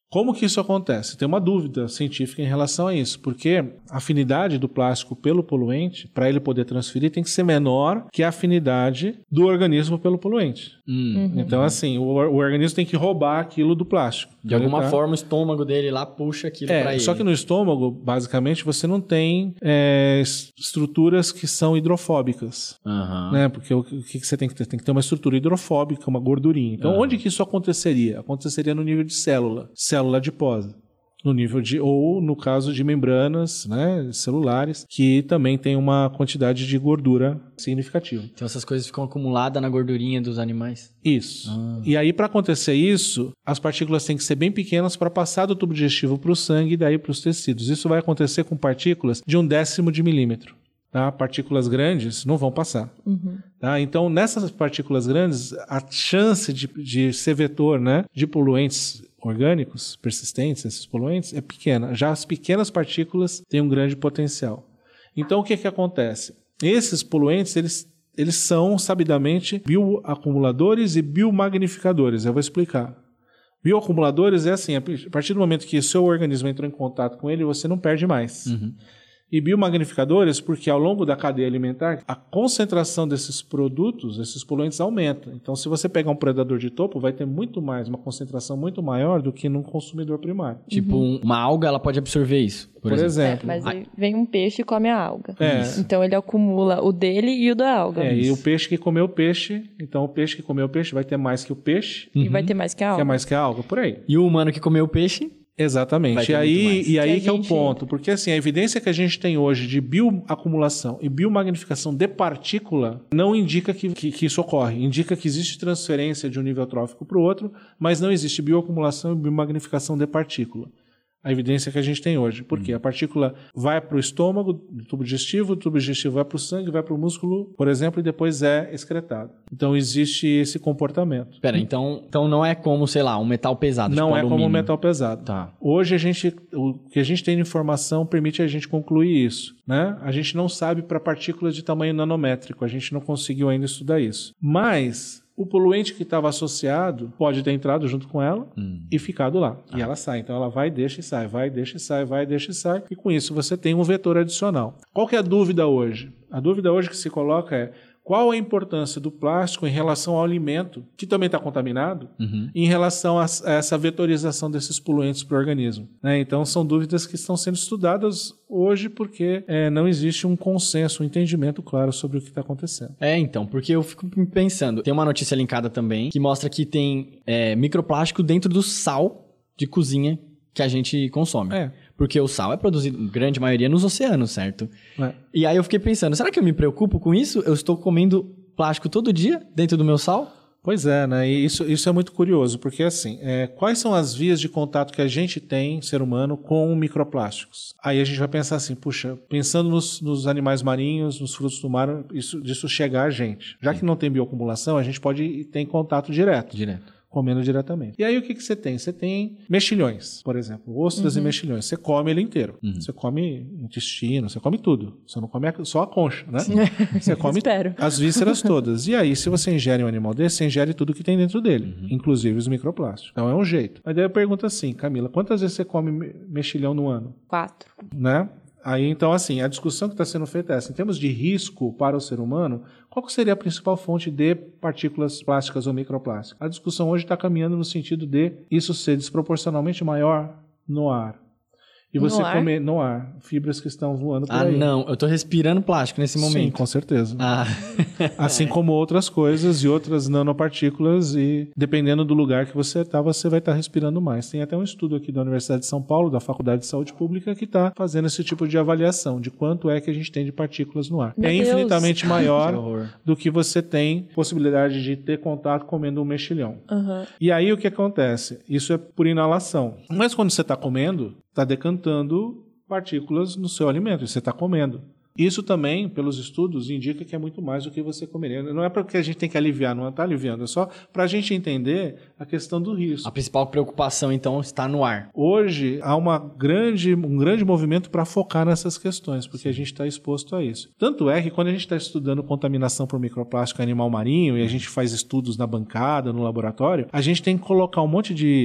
Como que isso acontece? Tem uma dúvida científica em relação a isso, porque a afinidade do plástico pelo poluente, para ele poder transferir, tem que ser menor que a afinidade do organismo pelo poluente. Hum. Uhum. Então, assim, o, o organismo tem que roubar aquilo do plástico. De alguma tá? forma, o estômago dele lá puxa aquilo É, pra ele. só que no estômago, basicamente, você não tem é, estruturas que são hidrofóbicas. Aham. Né? Porque o que, que você tem que ter? Tem que ter uma estrutura hidrofóbica, uma gordurinha. Então, Aham. onde que isso aconteceria? Aconteceria no nível de célula, célula adiposa. No nível de, ou no caso de membranas, né, celulares, que também tem uma quantidade de gordura significativa. Então essas coisas ficam acumuladas na gordurinha dos animais. Isso. Ah. E aí, para acontecer isso, as partículas têm que ser bem pequenas para passar do tubo digestivo para o sangue e daí para os tecidos. Isso vai acontecer com partículas de um décimo de milímetro. Tá? Partículas grandes não vão passar. Uhum. Tá? Então, nessas partículas grandes, a chance de, de ser vetor, né, de poluentes orgânicos persistentes, esses poluentes, é pequena. Já as pequenas partículas têm um grande potencial. Então, o que que acontece? Esses poluentes, eles, eles são, sabidamente, bioacumuladores e biomagnificadores. Eu vou explicar. Bioacumuladores é assim, a partir do momento que o seu organismo entrou em contato com ele, você não perde mais. Uhum. E biomagnificadores, porque ao longo da cadeia alimentar, a concentração desses produtos, esses poluentes, aumenta. Então, se você pegar um predador de topo, vai ter muito mais, uma concentração muito maior do que num consumidor primário. Tipo, um- uma alga, ela pode absorver isso, por, Por exemplo. exemplo. É, mas aí vem um peixe e come a alga. É. Então ele acumula o dele e o da alga. É, e o peixe que comeu o peixe, então o peixe que comeu o peixe vai ter mais que o peixe, E vai ter mais que a que alga. é mais que a alga, por aí. E o humano que comeu o peixe... Vai Exatamente. ter E muito aí, mais. e aí Que a que é o gente- ponto. Porque assim, a evidência que a gente tem hoje de bioacumulação e biomagnificação de partícula não indica que, que, que isso ocorre. Indica que existe transferência de um nível trófico para o outro, mas não existe bioacumulação e biomagnificação de partícula. A evidência que a gente tem hoje. Por quê? A partícula vai para o estômago, do tubo digestivo, o tubo digestivo vai para o sangue, vai para o músculo, por exemplo, e depois é excretado. Então existe esse comportamento. Pera, então, então não é como, sei lá, um metal pesado, Não tipo é como alumínio. um metal pesado. Tá. Hoje a gente, o que a gente tem de informação permite a gente concluir isso, né? A gente não sabe para partículas de tamanho nanométrico, a gente não conseguiu ainda estudar isso. Mas o poluente que estava associado pode ter entrado junto com ela Hum. e ficado lá. E ela sai. Então ela vai, deixa e sai, vai, deixa e sai, vai, deixa e sai. E com isso você tem um vetor adicional. Qual que é a dúvida hoje? A dúvida hoje que se coloca é: qual a importância do plástico em relação ao alimento, que também está contaminado, Uhum. em relação a, a essa vetorização desses poluentes para o organismo? Né? Então, são dúvidas que estão sendo estudadas hoje porque é, não existe um consenso, um entendimento claro sobre o que está acontecendo. É, então, porque eu fico pensando, tem uma notícia linkada também, que mostra que tem é, microplástico dentro do sal de cozinha que a gente consome. É. Porque o sal é produzido, grande maioria, nos oceanos, certo? É. E aí eu fiquei pensando, será que eu me preocupo com isso? Eu estou comendo plástico todo dia dentro do meu sal? Pois é, né? E isso, isso é muito curioso, porque assim, é, quais são as vias de contato que a gente tem, ser humano, com microplásticos? Aí a gente vai pensar assim, puxa, pensando nos, nos animais marinhos, nos frutos do mar, isso, disso chegar a gente. Já que não tem bioacumulação, a gente pode ter contato direto. Direto. Comendo diretamente. E aí o que, que você tem? Você tem mexilhões, por exemplo, ostras e mexilhões. Você come ele inteiro. Você come intestino, você come tudo. Você não come a- só a concha, né? Você come Espero. as vísceras todas. E aí, se você ingere um animal desse, você ingere tudo que tem dentro dele, inclusive os microplásticos. Então é um jeito. Mas daí eu pergunto assim, Camila, quantas vezes você come me- mexilhão no ano? Quatro. Né? Aí, então, assim, a discussão que está sendo feita é essa. Em termos de risco para o ser humano, qual que seria a principal fonte de partículas plásticas ou microplásticas? A discussão hoje está caminhando no sentido de isso ser desproporcionalmente maior no ar. E No você ar? comer no ar fibras que estão voando por Ah, aí. não, eu tô respirando plástico nesse Sim, momento. com certeza. Ah, Assim como outras coisas e outras nanopartículas, e dependendo do lugar que você está, você vai estar respirando mais. Tem até um estudo aqui da Universidade de São Paulo, da Faculdade de Saúde Pública, que está fazendo esse tipo de avaliação de quanto é que a gente tem de partículas no ar. Meu é Deus. infinitamente que maior horror. do que você tem possibilidade de ter contato comendo um mexilhão. Aham. E aí o que acontece? Isso é por inalação. Mas quando você está comendo, está decantando partículas no seu alimento, e você está comendo. Isso também, pelos estudos, indica que é muito mais do que você comeria. Não é porque a gente tem que aliviar, não está aliviando, é só para a gente entender a questão do risco. a principal preocupação, então, está no ar. Hoje há uma grande, um grande movimento para focar nessas questões, porque a gente está exposto a isso. Tanto é que quando a gente está estudando contaminação por microplástico animal marinho e a gente faz estudos na bancada, no laboratório, a gente tem que colocar um monte de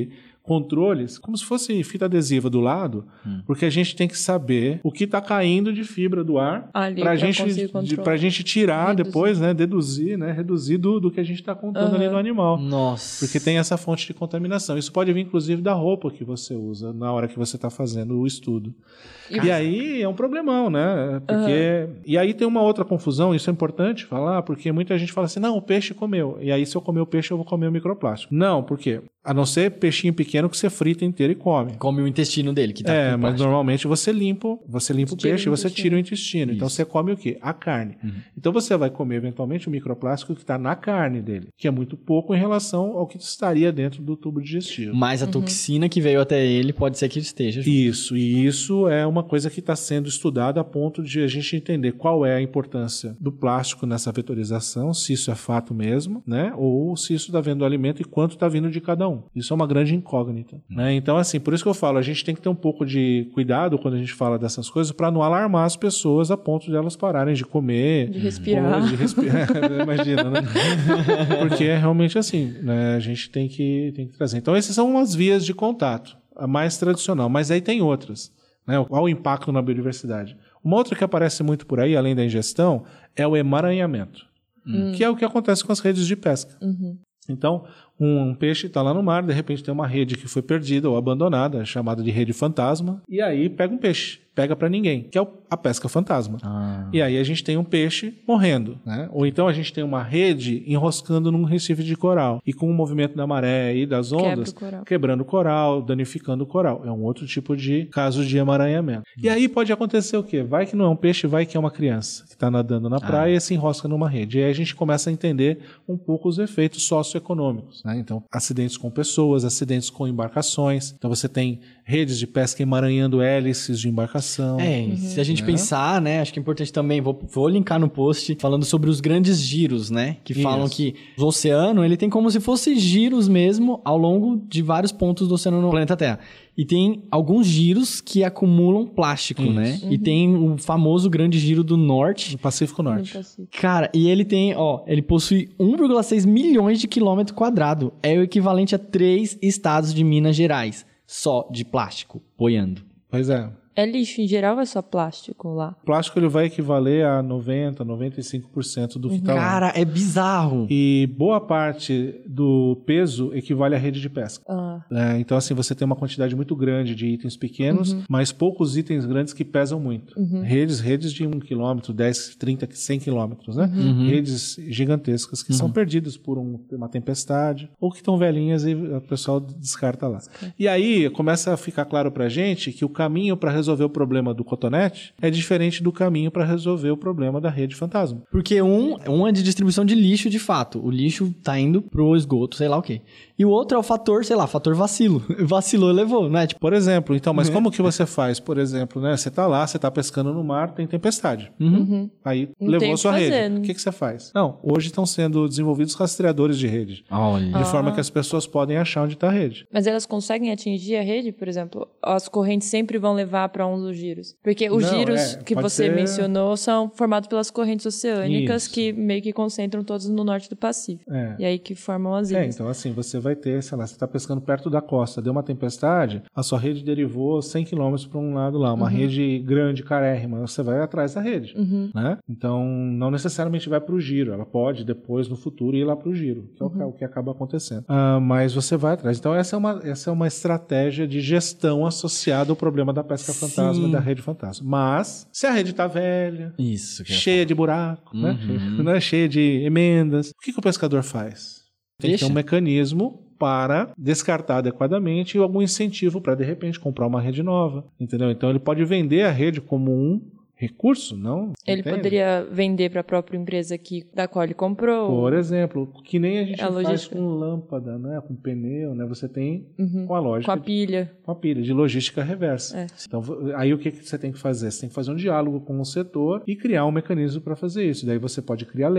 controles, como se fosse fita adesiva do lado, hum. porque a gente tem que saber o que está caindo de fibra do ar ali, para gente, a gente tirar reduzir. depois, né, deduzir, né, reduzir do, do que a gente está contando uhum. ali no animal. Nossa. Porque tem essa fonte de contaminação. Isso pode vir, inclusive, da roupa que você usa na hora que você está fazendo o estudo. E, e aí é um problemão, né? Porque... Uhum. E aí tem uma outra confusão, isso é importante falar, porque muita gente fala assim, não, o peixe comeu. E aí se eu comer o peixe, eu vou comer o microplástico. Não, por quê? A não ser peixinho pequeno que você frita inteiro e come. Come o intestino dele, que tá É, com mas plástico. Normalmente você limpa, você limpa o peixe e você tira o intestino. Isso. Então você come o quê? A carne. Uhum. Então você vai comer eventualmente o microplástico que está na carne dele, que é muito pouco em relação ao que estaria dentro do tubo digestivo. Mas a uhum. toxina que veio até ele pode ser que esteja junto. Isso, e isso é uma coisa que está sendo estudada a ponto de a gente entender qual é a importância do plástico nessa vetorização, se isso é fato mesmo, né? Ou se isso está vindo do alimento e quanto está vindo de cada um. Isso é uma grande incógnita, hum. né? Então, assim, por isso que eu falo, a gente tem que ter um pouco de cuidado quando a gente fala dessas coisas para não alarmar as pessoas a ponto de elas pararem de comer. De respirar. Ou de respirar, imagina, né? Porque é realmente assim, né? A gente tem que, tem que trazer. Então, essas são umas vias de contato, a mais tradicional, mas aí tem outras, né? Qual o impacto na biodiversidade? Uma outra que aparece muito por aí, além da ingestão, é o emaranhamento, hum. que é o que acontece com as redes de pesca. Uhum. Então, um, um peixe está lá no mar, de repente tem uma rede que foi perdida ou abandonada, chamada de rede fantasma, e aí pega um peixe, pega para ninguém, que é a pesca fantasma. Ah. E aí a gente tem um peixe morrendo, né? Ou então a gente tem uma rede enroscando num recife de coral, e com o movimento da maré e das ondas, o coral. quebrando o coral, danificando o coral. É um outro tipo de caso de emaranhamento. Hum. E aí pode acontecer o quê? Vai que não é um peixe, vai que é uma criança que está nadando na praia ah. e se enrosca numa rede. E aí a gente começa a entender um pouco os efeitos socioeconômicos, né? Então, acidentes com pessoas, acidentes com embarcações. Então você tem redes de pesca emaranhando hélices de embarcação. É, uhum. se a gente é. pensar, né, acho que é importante também, vou, vou linkar no post, falando sobre os grandes giros, né, que Isso. falam que o oceano, ele tem como se fosse giros mesmo ao longo de vários pontos do oceano no planeta Terra. E tem alguns giros que acumulam plástico, Isso. né? Uhum. E tem o famoso grande giro do norte. Do Pacífico Norte. Pacífico. Cara, e ele tem, ó, ele possui um vírgula seis milhões de quilômetro quadrado. É o equivalente a três estados de Minas Gerais, só de plástico, boiando. Pois é. É lixo em geral ou é só plástico lá? O plástico ele vai equivaler a noventa, noventa e cinco por cento do que está lá. Cara, é bizarro. E boa parte do peso equivale à rede de pesca. Ah. É, então, assim, você tem uma quantidade muito grande de itens pequenos, uhum. mas poucos itens grandes que pesam muito. Uhum. Redes, redes de um quilômetro, dez, trinta, cem quilômetros, né? Uhum. Redes gigantescas que uhum. são perdidas por um, uma tempestade ou que estão velhinhas e o pessoal descarta lá. Okay. E aí começa a ficar claro pra gente que o caminho para resolver resolver o problema do cotonete é diferente do caminho para resolver o problema da rede fantasma. Porque um, um é de distribuição de lixo de fato. O lixo tá indo pro esgoto, sei lá o quê. E o outro é o fator, sei lá, fator vacilo. Vacilou e levou, né? Tipo... Por exemplo, então, mas como que você faz? Por exemplo, né? Você tá lá, você tá pescando no mar, tem tempestade. Uhum. Aí Não levou a sua fazer, rede. né? O que, que você faz? Não, hoje estão sendo desenvolvidos rastreadores de rede. Olha. De Ah. forma que as pessoas podem achar onde está a rede. Mas elas conseguem atingir a rede, por exemplo? As correntes sempre vão levar para um dos giros? Porque os Não, giros é, que pode você ser- mencionou são formados pelas correntes oceânicas Isso. que meio que concentram todos no norte do Pacífico. É. E aí que formam as É, ilhas. então assim, você vai ter, sei lá, você está pescando perto da costa, deu uma tempestade, a sua rede derivou cem quilômetros para um lado lá, uma Uhum. rede grande, carérrima, você vai atrás da rede, Uhum. né? Então, não necessariamente vai para o giro, ela pode depois, no futuro, ir lá para o giro, que é o que- o que acaba acontecendo. Ah, mas você vai atrás. Então, essa é, uma, essa é uma estratégia de gestão associada ao problema da pesca Sim. fantasma e da rede fantasma. Mas, se a rede está velha, Isso. que eu ia cheia de buraco, né? Uhum. né? Cheia de emendas, o que, que o pescador faz? Tem que Deixa. ter um mecanismo para descartar adequadamente e algum incentivo para, de repente, comprar uma rede nova, entendeu? Então, ele pode vender a rede como um recurso, não? Ele Entende? poderia vender para a própria empresa que, da qual ele comprou. Por exemplo, que nem a gente A faz logística. com lâmpada, né? Com pneu, né? Você tem Uhum. com a lógica, Com a pilha. com a pilha, de logística reversa. É. Então, v- aí o que, que você tem que fazer? Você tem que fazer um diálogo com o setor e criar um mecanismo para fazer isso. Daí você pode criar leis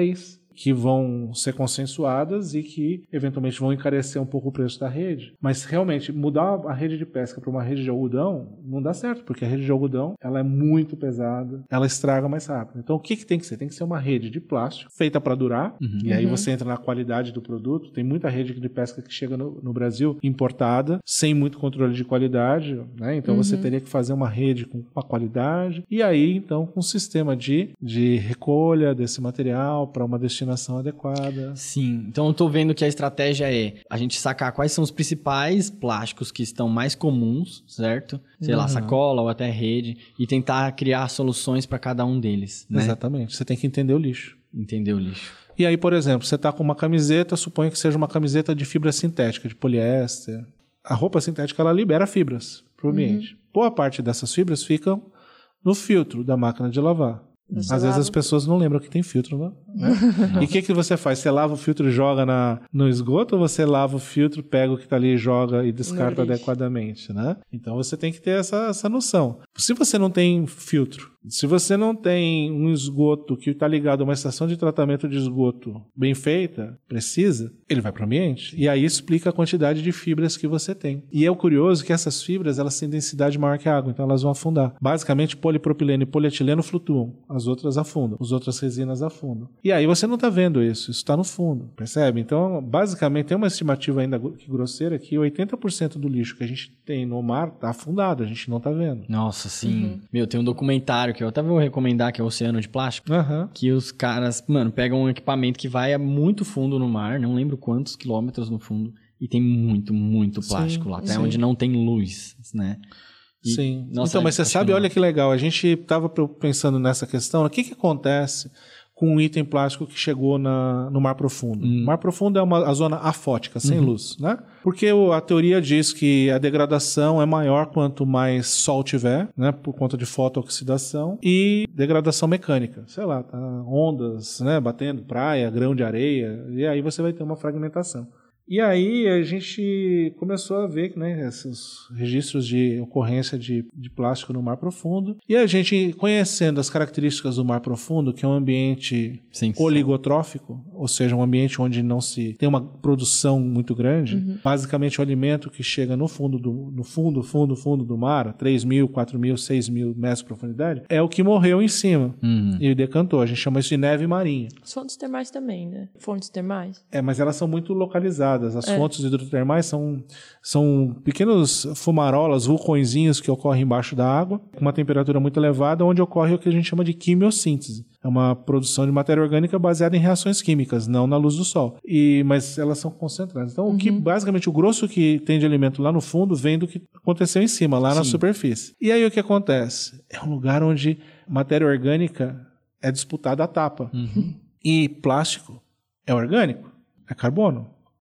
que vão ser consensuadas e que eventualmente vão encarecer um pouco o preço da rede. Mas realmente mudar a rede de pesca para uma rede de algodão não dá certo, porque a rede de algodão ela é muito pesada, ela estraga mais rápido. Então o que, que tem que ser? Tem que ser uma rede de plástico feita para durar, uhum. e aí você entra na qualidade do produto. Tem muita rede de pesca que chega no, no Brasil importada, sem muito controle de qualidade, né? Então uhum. você teria que fazer uma rede com uma qualidade, e aí então com um sistema de, de recolha desse material para uma destinação adequada. Sim, então eu tô vendo que a estratégia é a gente sacar quais são os principais plásticos que estão mais comuns, certo? Sei uhum. lá, sacola ou até rede, e tentar criar soluções para cada um deles, né? Exatamente, você tem que entender o lixo. Entender o lixo. E aí, por exemplo, você tá com uma camiseta, suponha que seja uma camiseta de fibra sintética, de poliéster. A roupa sintética, ela libera fibras para o ambiente. Uhum. Boa parte dessas fibras ficam no filtro da máquina de lavar. Você Às lava. vezes as pessoas não lembram que tem filtro, né? E o que, que você faz? Você lava o filtro e joga na, no esgoto, ou você lava o filtro, pega o que está ali, joga e descarta adequadamente, né? Então você tem que ter essa, essa noção. Se você não tem filtro, se você não tem um esgoto que está ligado a uma estação de tratamento de esgoto bem feita, precisa, ele vai para o ambiente. E aí explica a quantidade de fibras que você tem. E é o curioso que essas fibras, elas têm densidade maior que a água, então elas vão afundar. Basicamente, polipropileno e polietileno flutuam. As outras afundam. As outras resinas afundam. E aí você não está vendo isso. Isso está no fundo. Percebe? Então, basicamente, tem uma estimativa ainda grosseira que oitenta por cento do lixo que a gente tem no mar está afundado. A gente não está vendo. Nossa, sim. Uhum. Meu, tem um documentário que eu até vou recomendar, que é o Oceano de Plástico, uhum. que os caras, mano, pegam um equipamento que vai a muito fundo no mar, não lembro quantos quilômetros no fundo, e tem muito, muito plástico sim, lá, até sim. onde não tem luz, né? E, sim. Nossa, então, mas você sabe, olha que legal, a gente estava pensando nessa questão, o que que acontece com um item plástico que chegou na, no mar profundo. Hum. O mar profundo é uma, a zona afótica, sem uhum. luz, né? Porque o, a teoria diz que a degradação é maior quanto mais sol tiver, né? Por conta de fotooxidação e degradação mecânica. Sei lá, tá, ondas, né? Batendo, praia, grão de areia, e aí você vai ter uma fragmentação. E aí a gente começou a ver, né, esses registros de ocorrência de, de plástico no mar profundo. E a gente, conhecendo as características do mar profundo, que é um ambiente sim, oligotrófico, ou seja, um ambiente onde não se tem uma produção muito grande, uhum. basicamente o alimento que chega no fundo, do, no fundo, fundo, fundo do mar, três mil, quatro mil, seis mil metros de profundidade, é o que morreu em cima uhum. e decantou. A gente chama isso de neve marinha. As fontes termais também, né? Fontes termais. É, mas elas são muito localizadas. As é. fontes hidrotermais são, são pequenos fumarolas, vulcõezinhos que ocorrem embaixo da água, com uma temperatura muito elevada, onde ocorre o que a gente chama de quimiossíntese. É uma produção de matéria orgânica baseada em reações químicas, não na luz do sol. E, mas elas são concentradas. Então, uhum. o que, basicamente, o grosso que tem de alimento lá no fundo vem do que aconteceu em cima, lá Sim. na superfície. E aí o que acontece? É um lugar onde matéria orgânica é disputada a tapa. Uhum. E plástico é orgânico, é carbono.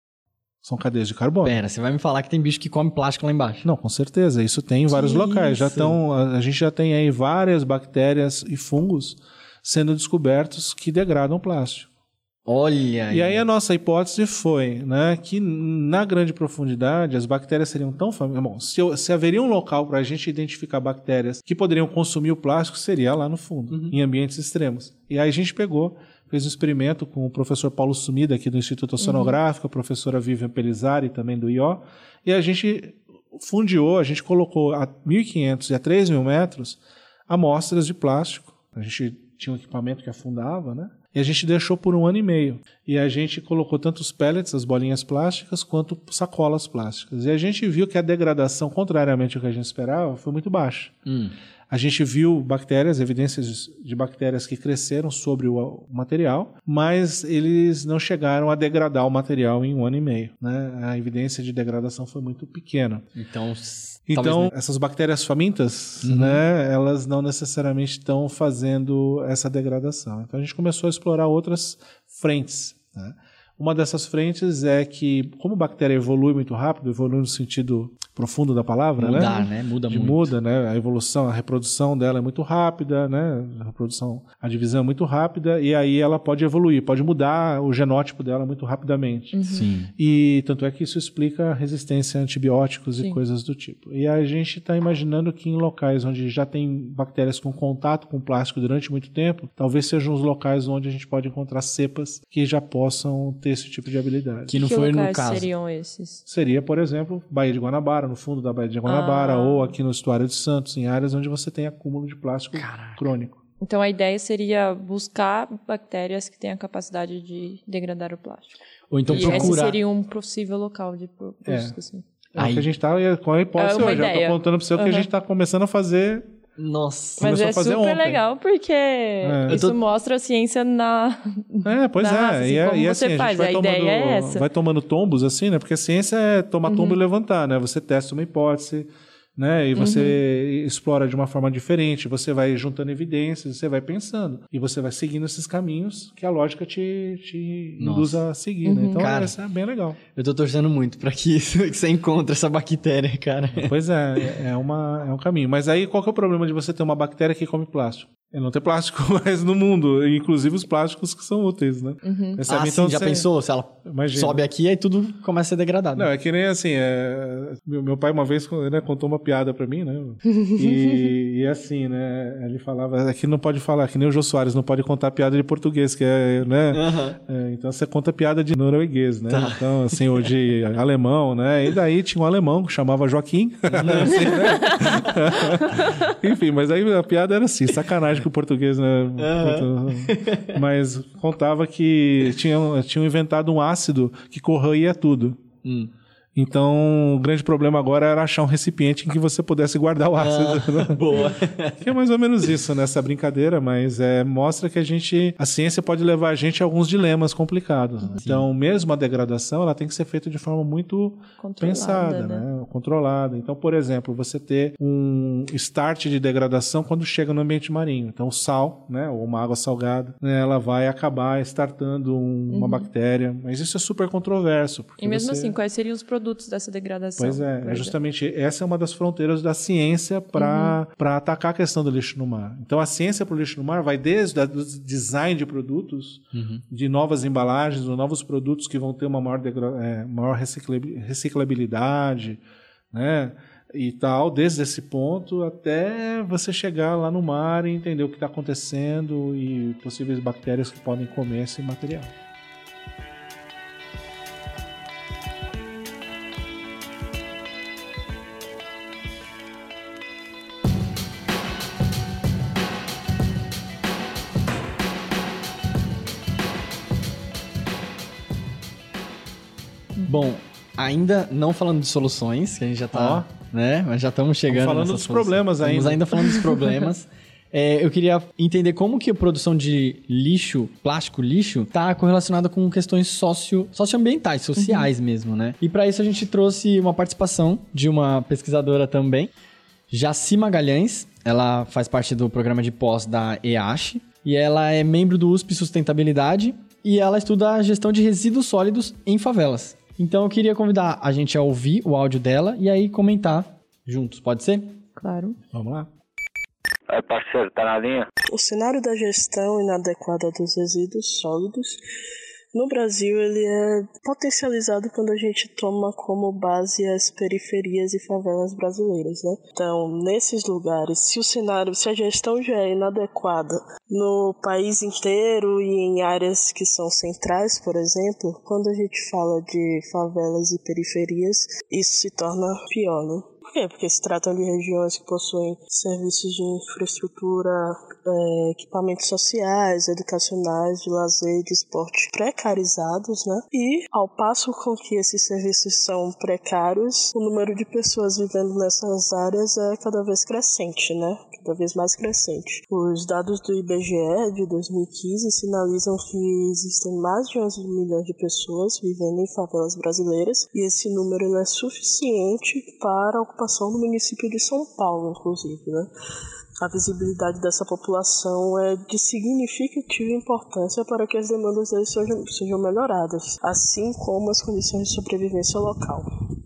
São cadeias de carbono. Pera, você vai me falar que tem bicho que come plástico lá embaixo? Não, com certeza. Isso tem em vários que locais. Já tão, a, a gente já tem aí várias bactérias e fungos sendo descobertos que degradam plástico. Olha aí. E aí a nossa hipótese foi, né, que na grande profundidade as bactérias seriam tão famosas. Bom, se, se haveria um local para a gente identificar bactérias que poderiam consumir o plástico, seria lá no fundo, uhum. em ambientes extremos. E aí a gente pegou... fez um experimento com o professor Paulo Sumida, aqui do Instituto Oceanográfico, uhum. a professora Vivian Pelizari, também do I O, e a gente fundiou, a gente colocou a mil e quinhentos e a três mil metros amostras de plástico. A gente tinha um equipamento que afundava, né? E a gente deixou por um ano e meio. E a gente colocou tanto os pellets, as bolinhas plásticas, quanto sacolas plásticas. E a gente viu que a degradação, contrariamente ao que a gente esperava, foi muito baixa. Hum. A gente viu bactérias, evidências de bactérias que cresceram sobre o material, mas eles não chegaram a degradar o material em um ano e meio, né? A evidência de degradação foi muito pequena. Então, então não... essas bactérias famintas, uhum. né, elas não necessariamente estão fazendo essa degradação. Então a gente começou a explorar outras frentes, né? Uma dessas frentes é que, como a bactéria evolui muito rápido, evolui no sentido profundo da palavra, Mudar, né? né? Muda de muito. Muda, né? A evolução, a reprodução dela é muito rápida, né? A reprodução, a divisão é muito rápida e aí ela pode evoluir, pode mudar o genótipo dela muito rapidamente. Uhum. Sim. E tanto é que isso explica a resistência a antibióticos Sim. e coisas do tipo. E a gente está imaginando que em locais onde já tem bactérias com contato com plástico durante muito tempo, talvez sejam os locais onde a gente pode encontrar cepas que já possam ter esse tipo de habilidade. Que não que foi no locais caso. seriam esses? Seria, por exemplo, Baía de Guanabara, no fundo da Baía de Guanabara, Ah. ou aqui no Estuário de Santos, em áreas onde você tem acúmulo de plástico Caraca. crônico. Então a ideia seria buscar bactérias que têm a capacidade de degradar o plástico. Ou então e esse procurar. seria um possível local de bu- busca, É. assim. É o Aí. que a gente está com a hipótese É uma hoje. Eu ideia. estou contando para você o que a Uhum. gente está começando a fazer. Nossa. Mas Começou é a fazer super ontem. legal porque É. isso Eu tô- mostra a ciência na... É, pois Na é. raça, assim, e é, como e você assim, a gente faz, vai a tomando, ideia é essa. vai tomando tombos, assim, né? Porque a ciência é tomar tombo Uhum. e levantar, né? Você testa uma hipótese, né? E você explora de uma forma diferente, você vai juntando evidências, você vai pensando. E você vai seguindo esses caminhos que a lógica te, te Nossa. induz a seguir, né? Então, Cara. isso é bem legal. Eu tô torcendo muito pra que, isso, que você encontre essa bactéria, cara. Pois é, é, uma, é um caminho. Mas aí, qual que é o problema de você ter uma bactéria que come plástico? É não ter plástico mais no mundo, inclusive os plásticos que são úteis, né? Percebe? Ah, Então, sim, já você- pensou? Se ela Imagina. sobe aqui, aí tudo começa a ser degradado. Não, é que nem assim, é, meu, meu pai uma vez, né, contou uma piada pra mim, né? E, e assim, né? Ele falava, aqui não pode falar, que nem o Jô Soares, não pode contar piada de português, que é, né? Aham. É, então você conta piada de norueguês, né? Tá. Então, assim, ou de alemão, né? E daí tinha um alemão que chamava Joaquim. Assim, né? Enfim, mas aí a piada era assim, sacanagem com o português, né? Mas contava que tinham, tinham inventado um ácido que corroía tudo. Hum. Então, o grande problema agora era achar um recipiente em que você pudesse guardar o ácido. né? Boa. Que é mais ou menos isso nessa brincadeira, mas é, mostra que a gente, a ciência pode levar a gente a alguns dilemas complicados. né? Então, mesmo a degradação, ela tem que ser feita de forma muito Controlada, pensada, né? né? Controlada. Então, por exemplo, você ter um start de degradação quando chega no ambiente marinho. Então, o sal, né, ou uma água salgada, né, ela vai acabar startando um- uma bactéria. Mas isso é super controverso. Porque E mesmo você... assim, quais seriam os produtos dessa degradação? Pois é, por é justamente essa é uma das fronteiras da ciência para para atacar a questão do lixo no mar. Então a ciência para o lixo no mar vai desde o design de produtos, de novas embalagens, ou novos produtos que vão ter uma maior, degra- é, maior reciclabi- reciclabilidade, né? E tal, desde esse ponto até você chegar lá no mar e entender o que está acontecendo e possíveis bactérias que podem comer esse material. Bom, ainda não falando de soluções, que a gente já tá, né? Mas já estamos chegando falando nessas dos soluções. problemas Estamos ainda. ainda falando dos problemas. É, eu queria entender como que a produção de lixo, plástico lixo, está correlacionada com questões socio, socioambientais, sociais mesmo, né? E para isso a gente trouxe uma participação de uma pesquisadora também, Jaci Magalhães. Ela faz parte do programa de pós da E A S H e ela é membro do U S P Sustentabilidade e ela estuda a gestão de resíduos sólidos em favelas. Então eu queria convidar a gente a ouvir o áudio dela e aí comentar juntos, pode ser? Claro. Vamos lá? Aí, parceiro, tá na linha? O cenário da gestão inadequada dos resíduos sólidos no Brasil ele é potencializado quando a gente toma como base as periferias e favelas brasileiras, né? Então, nesses lugares, se o cenário, se a gestão já é inadequada no país inteiro e em áreas que são centrais, por exemplo, quando a gente fala de favelas e periferias, isso se torna pior, né? Por quê? Porque se tratam de regiões que possuem serviços de infraestrutura, é, equipamentos sociais, educacionais, de lazer e de esporte precarizados, né? E, ao passo com que esses serviços são precários, o número de pessoas vivendo nessas áreas é cada vez crescente, né? Cada vez mais crescente. Os dados do I B G E de dois mil e quinze sinalizam que existem mais de onze milhões de pessoas vivendo em favelas brasileiras e esse número ele é suficiente para a ocupação do município de São Paulo, inclusive, né? A visibilidade dessa população é de significativa importância para que as demandas deles sejam, sejam melhoradas, assim como as condições de sobrevivência local.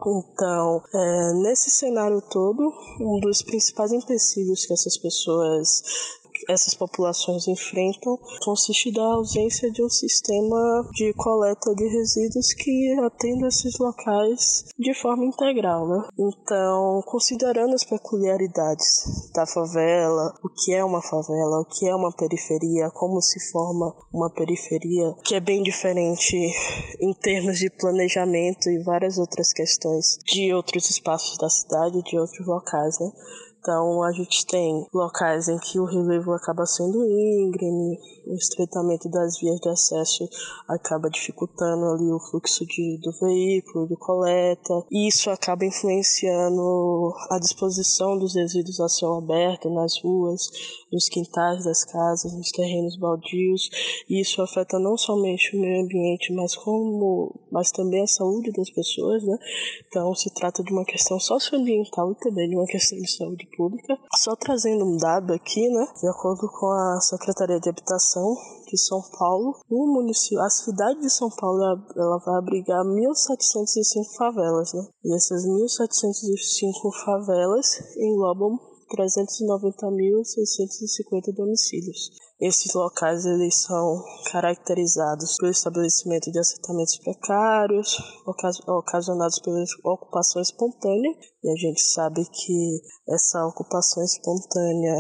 Então, é, nesse cenário todo, um dos principais empecilhos que essas pessoas, essas populações enfrentam consiste da ausência de um sistema de coleta de resíduos que atenda esses locais de forma integral, né? Então, considerando as peculiaridades da favela, o que é uma favela, o que é uma periferia, como se forma uma periferia, que é bem diferente em termos de planejamento e várias outras questões de outros espaços da cidade, de outros locais, né? Então, a gente tem locais em que o relevo acaba sendo íngreme, o estreitamento das vias de acesso acaba dificultando ali o fluxo de, do veículo, de coleta. E isso acaba influenciando a disposição dos resíduos a céu aberto, nas ruas, nos quintais das casas, nos terrenos baldios. E isso afeta não somente o meio ambiente, mas, como, mas também a saúde das pessoas, né? Então, se trata de uma questão socioambiental e também de uma questão de saúde pública. Só trazendo um dado aqui, né, de acordo com a Secretaria de Habitação de São Paulo, o município, a cidade de São Paulo, ela vai abrigar mil setecentas e cinco favelas, né? E essas mil setecentas e cinco favelas englobam trezentos e noventa mil seiscentos e cinquenta domicílios. Esses locais eles são caracterizados pelo estabelecimento de assentamentos precários, ocas- ocasionados pela ocupação espontânea, e a gente sabe que essa ocupação espontânea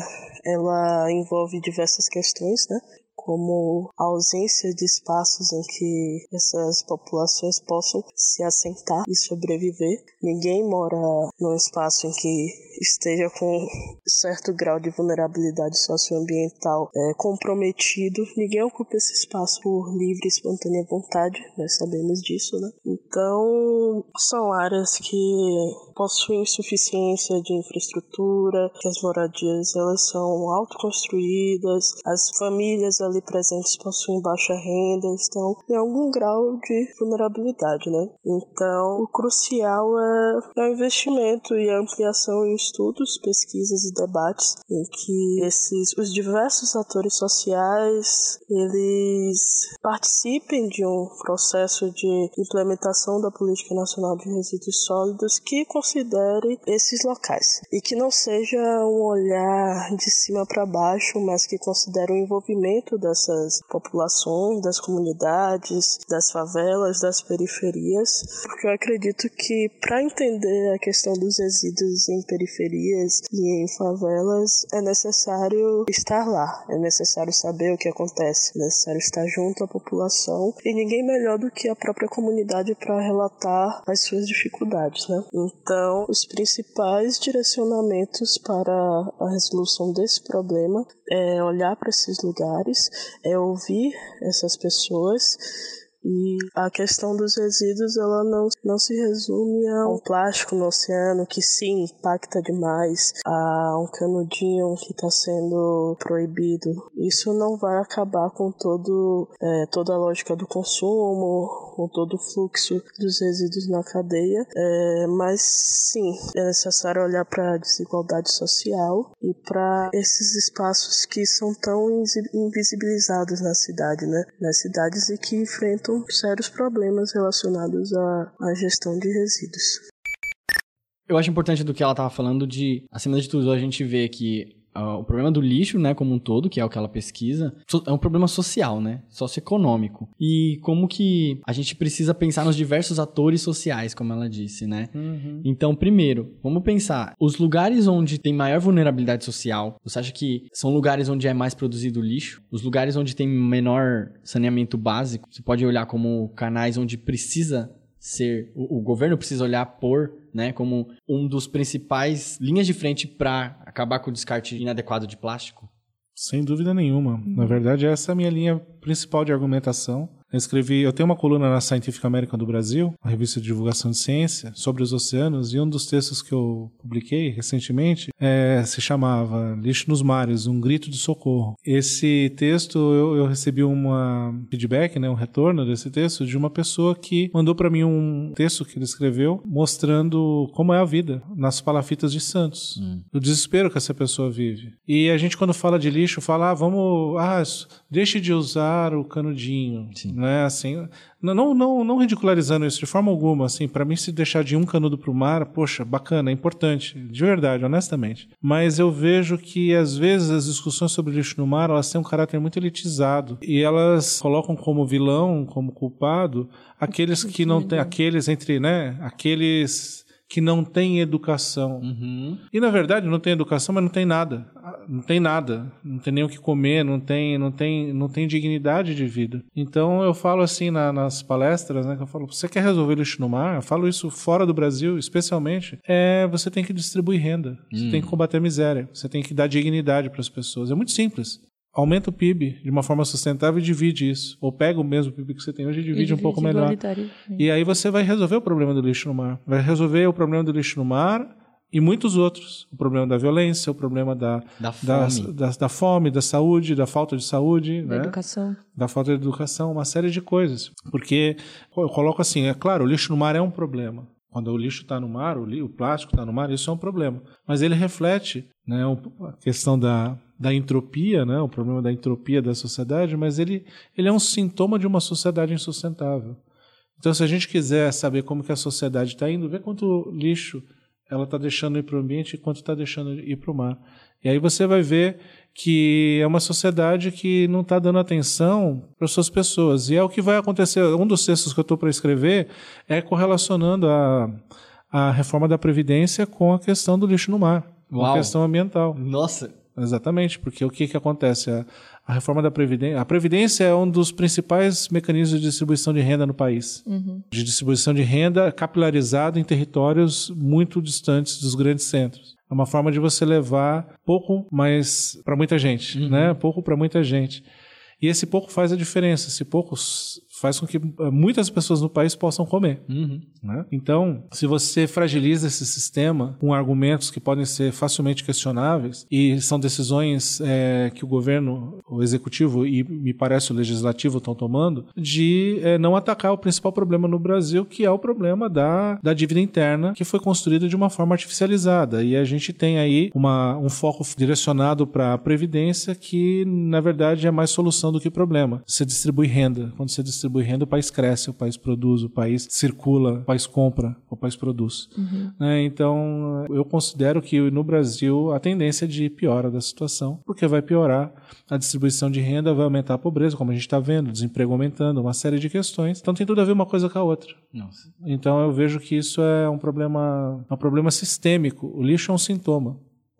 ela envolve diversas questões, né? Como a ausência de espaços em que essas populações possam se assentar e sobreviver. Ninguém mora num espaço em que esteja com certo grau de vulnerabilidade socioambiental é, comprometido. Ninguém ocupa esse espaço por livre e espontânea vontade, nós sabemos disso, né? Então, são áreas que possuem insuficiência de infraestrutura, que as moradias elas são autoconstruídas, as famílias ali presentes possuem baixa renda, estão em algum grau de vulnerabilidade, né? Então, o crucial é, é o investimento e a ampliação em estudos, pesquisas e debates em que esses, os diversos atores sociais, eles participem de um processo de implementação da Política Nacional de Resíduos Sólidos que considere esses locais e que não seja um olhar de cima para baixo, mas que considere o envolvimento dessas populações, das comunidades, das favelas, das periferias, porque eu acredito que para entender a questão dos resíduos em periferias e em favelas é necessário estar lá, é necessário saber o que acontece, é necessário estar junto à população e ninguém melhor do que a própria comunidade para relatar as suas dificuldades, né? Então, os principais direcionamentos para a resolução desse problema é olhar para esses lugares, é ouvir essas pessoas. E a questão dos resíduos, ela não, não se resume a um plástico no oceano que sim, impacta demais, a um canudinho que está sendo proibido. Isso não vai acabar com todo, é, toda a lógica do consumo, com todo o fluxo dos resíduos na cadeia, é, mas sim, é necessário olhar para a desigualdade social e para esses espaços que são tão invisibilizados na cidade, né? Nas cidades e que enfrentam sérios problemas relacionados à, à gestão de resíduos. Eu acho importante do que ela estava falando de, acima de tudo, a gente vê que uh, o problema do lixo, né, como um todo, que é o que ela pesquisa, é um problema social, né, socioeconômico. E como que a gente precisa pensar nos diversos atores sociais, como ela disse, né? Uhum. Então, primeiro, vamos pensar, os lugares onde tem maior vulnerabilidade social, você acha que são lugares onde é mais produzido lixo? Os lugares onde tem menor saneamento básico, você pode olhar como canais onde precisa ser, o, o governo precisa olhar por, né, como um dos principais linhas de frente para acabar com o descarte inadequado de plástico? Sem dúvida nenhuma. Uhum. Na verdade, essa é a minha linha principal de argumentação. Eu escrevi, eu tenho uma coluna na Scientific American do Brasil, uma revista de divulgação de ciência, sobre os oceanos, e um dos textos que eu publiquei recentemente é, se chamava Lixo nos Mares, um grito de socorro. Esse texto, eu, eu recebi um feedback, né, um retorno desse texto, de uma pessoa que mandou para mim um texto que ele escreveu, mostrando como é a vida nas palafitas de Santos, hum. o desespero que essa pessoa vive. E a gente, quando fala de lixo, fala, ah, vamos, ah, deixe de usar o canudinho, né? né, assim, não, não, não ridicularizando isso de forma alguma, assim, para mim se deixar de um canudo para o mar, poxa, bacana, é importante, de verdade, honestamente. Mas eu vejo que às vezes as discussões sobre lixo no mar, elas têm um caráter muito elitizado e elas colocam como vilão, como culpado, aqueles que não têm, aqueles entre, né, aqueles que não têm educação. Uhum. E, na verdade, não tem educação, mas não tem nada. Não tem nada. Não tem nem o que comer, não tem, não tem, não tem dignidade de vida. Então, eu falo assim na, nas palestras, né, que eu falo, você quer resolver lixo no mar? Eu falo isso fora do Brasil, especialmente. É, você tem que distribuir renda. Você hum. tem que combater a miséria. Você tem que dar dignidade para as pessoas. É muito simples. Aumenta o P I B de uma forma sustentável e divide isso. Ou pega o mesmo P I B que você tem hoje e divide, e divide um pouco melhor. E aí você vai resolver o problema do lixo no mar. Vai resolver o problema do lixo no mar e muitos outros. O problema da violência, o problema da, da, fome. Da, da, da fome, da saúde, da falta de saúde. Da né? educação. Da falta de educação, uma série de coisas. Porque, eu coloco assim, é claro, o lixo no mar é um problema. Quando o lixo está no mar, o, li, o plástico está no mar, isso é um problema. Mas ele reflete, né, a questão da, da entropia, né, o problema da entropia da sociedade, mas ele, ele é um sintoma de uma sociedade insustentável. Então, se a gente quiser saber como que a sociedade está indo, vê quanto lixo ela está deixando ir para o ambiente e quanto está deixando ir para o mar. E aí você vai ver que é uma sociedade que não está dando atenção para as suas pessoas. E é o que vai acontecer. Um dos textos que eu estou para escrever é correlacionando a, a reforma da Previdência com a questão do lixo no mar, com Uau. a questão ambiental. Nossa! Exatamente, porque o que, que acontece? A, a reforma da Previdência... A Previdência é um dos principais mecanismos de distribuição de renda no país. Uhum. De distribuição de renda capilarizado em territórios muito distantes dos grandes centros. É uma forma de você levar pouco, mas para muita gente, uhum. né? Pouco para muita gente. E esse pouco faz a diferença. Esse pouco faz com que muitas pessoas no país possam comer. Uhum. Né? Então, se você fragiliza esse sistema com argumentos que podem ser facilmente questionáveis, e são decisões é, que o governo, o executivo e me parece o legislativo estão tomando, de é, não atacar o principal problema no Brasil, que é o problema da, da dívida interna, que foi construída de uma forma artificializada. E a gente tem aí uma, um foco direcionado para a Previdência que, na verdade, é mais solução do que problema. Você distribui renda. Quando você distribui renda, o país cresce, o país produz, o país circula, o país compra, o país produz. Uhum. Né? Então, eu considero que no Brasil a tendência é de piora da situação, porque vai piorar a distribuição de renda, vai aumentar a pobreza, como a gente está vendo, desemprego aumentando, uma série de questões. Então, tem tudo a ver uma coisa com a outra. Nossa. Então, eu vejo que isso é um problema, um problema sistêmico. O lixo é um sintoma.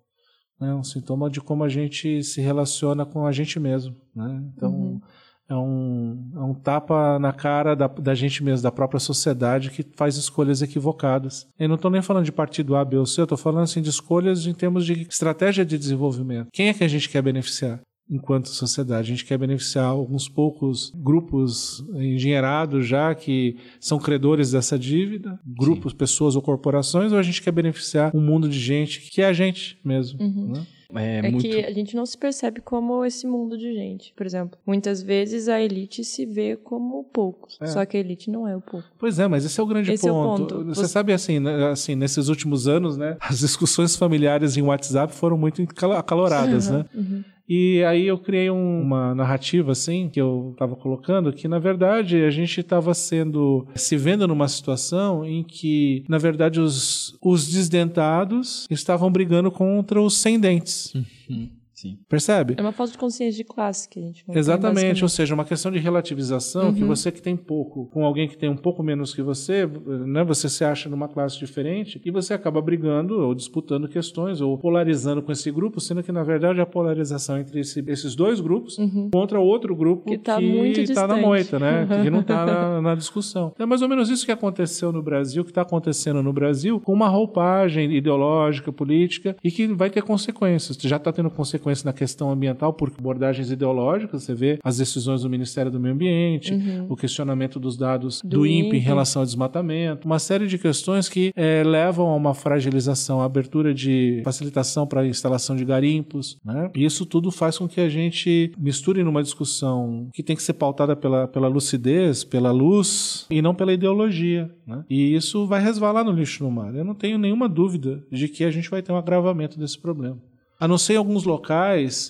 É um sintoma de como a gente se relaciona com a gente mesmo. Né? Então, uhum. é, um, é um tapa na cara da, da gente mesmo, da própria sociedade, que faz escolhas equivocadas. Eu não estou nem falando de partido A, B ou C, eu estou falando assim, de escolhas em termos de estratégia de desenvolvimento. Quem é que a gente quer beneficiar? Enquanto sociedade, a gente quer beneficiar alguns poucos grupos engenheirados já que são credores dessa dívida, grupos, Sim. pessoas ou corporações, ou a gente quer beneficiar um mundo de gente que é a gente mesmo. Uhum. Né? É, é muito... que a gente não se percebe como esse mundo de gente. Por exemplo, muitas vezes a elite se vê como poucos, é. Só que a elite não é o pouco. Pois é, mas esse é o grande esse ponto. É o ponto. Você, Você sabe, assim, né, assim, nesses últimos anos, né, as discussões familiares em WhatsApp foram muito acaloradas, uhum, né? Uhum. E aí eu criei um, uma narrativa, assim, que eu estava colocando, que, na verdade, a gente estava sendo, se vendo numa situação em que, na verdade, os, os desdentados estavam brigando contra os sem dentes. Uhum. Sim. Percebe? É uma falta de consciência de classe que a gente não Exatamente, tem, ou seja, uma questão de relativização, uhum. que você que tem pouco, com alguém que tem um pouco menos que você, né, você se acha numa classe diferente e você acaba brigando ou disputando questões ou polarizando com esse grupo, sendo que, na verdade, a polarização entre esse, esses dois grupos uhum. contra outro grupo que está tá na moita, né? Que não está na, na discussão. É mais ou menos isso que aconteceu no Brasil, que está acontecendo no Brasil, com uma roupagem ideológica, política, e que vai ter consequências. Já está tendo consequências na questão ambiental por abordagens ideológicas, você vê as decisões do Ministério do Meio Ambiente, uhum. o questionamento dos dados do, do I N P E em relação ao desmatamento, uma série de questões que é, levam a uma fragilização, a abertura de facilitação para a instalação de garimpos, né? E isso tudo faz com que a gente misture numa discussão que tem que ser pautada pela, pela lucidez, pela luz e não pela ideologia, né? E isso vai resvalar no lixo no mar. Eu não tenho nenhuma dúvida de que a gente vai ter um agravamento desse problema. A não ser em alguns locais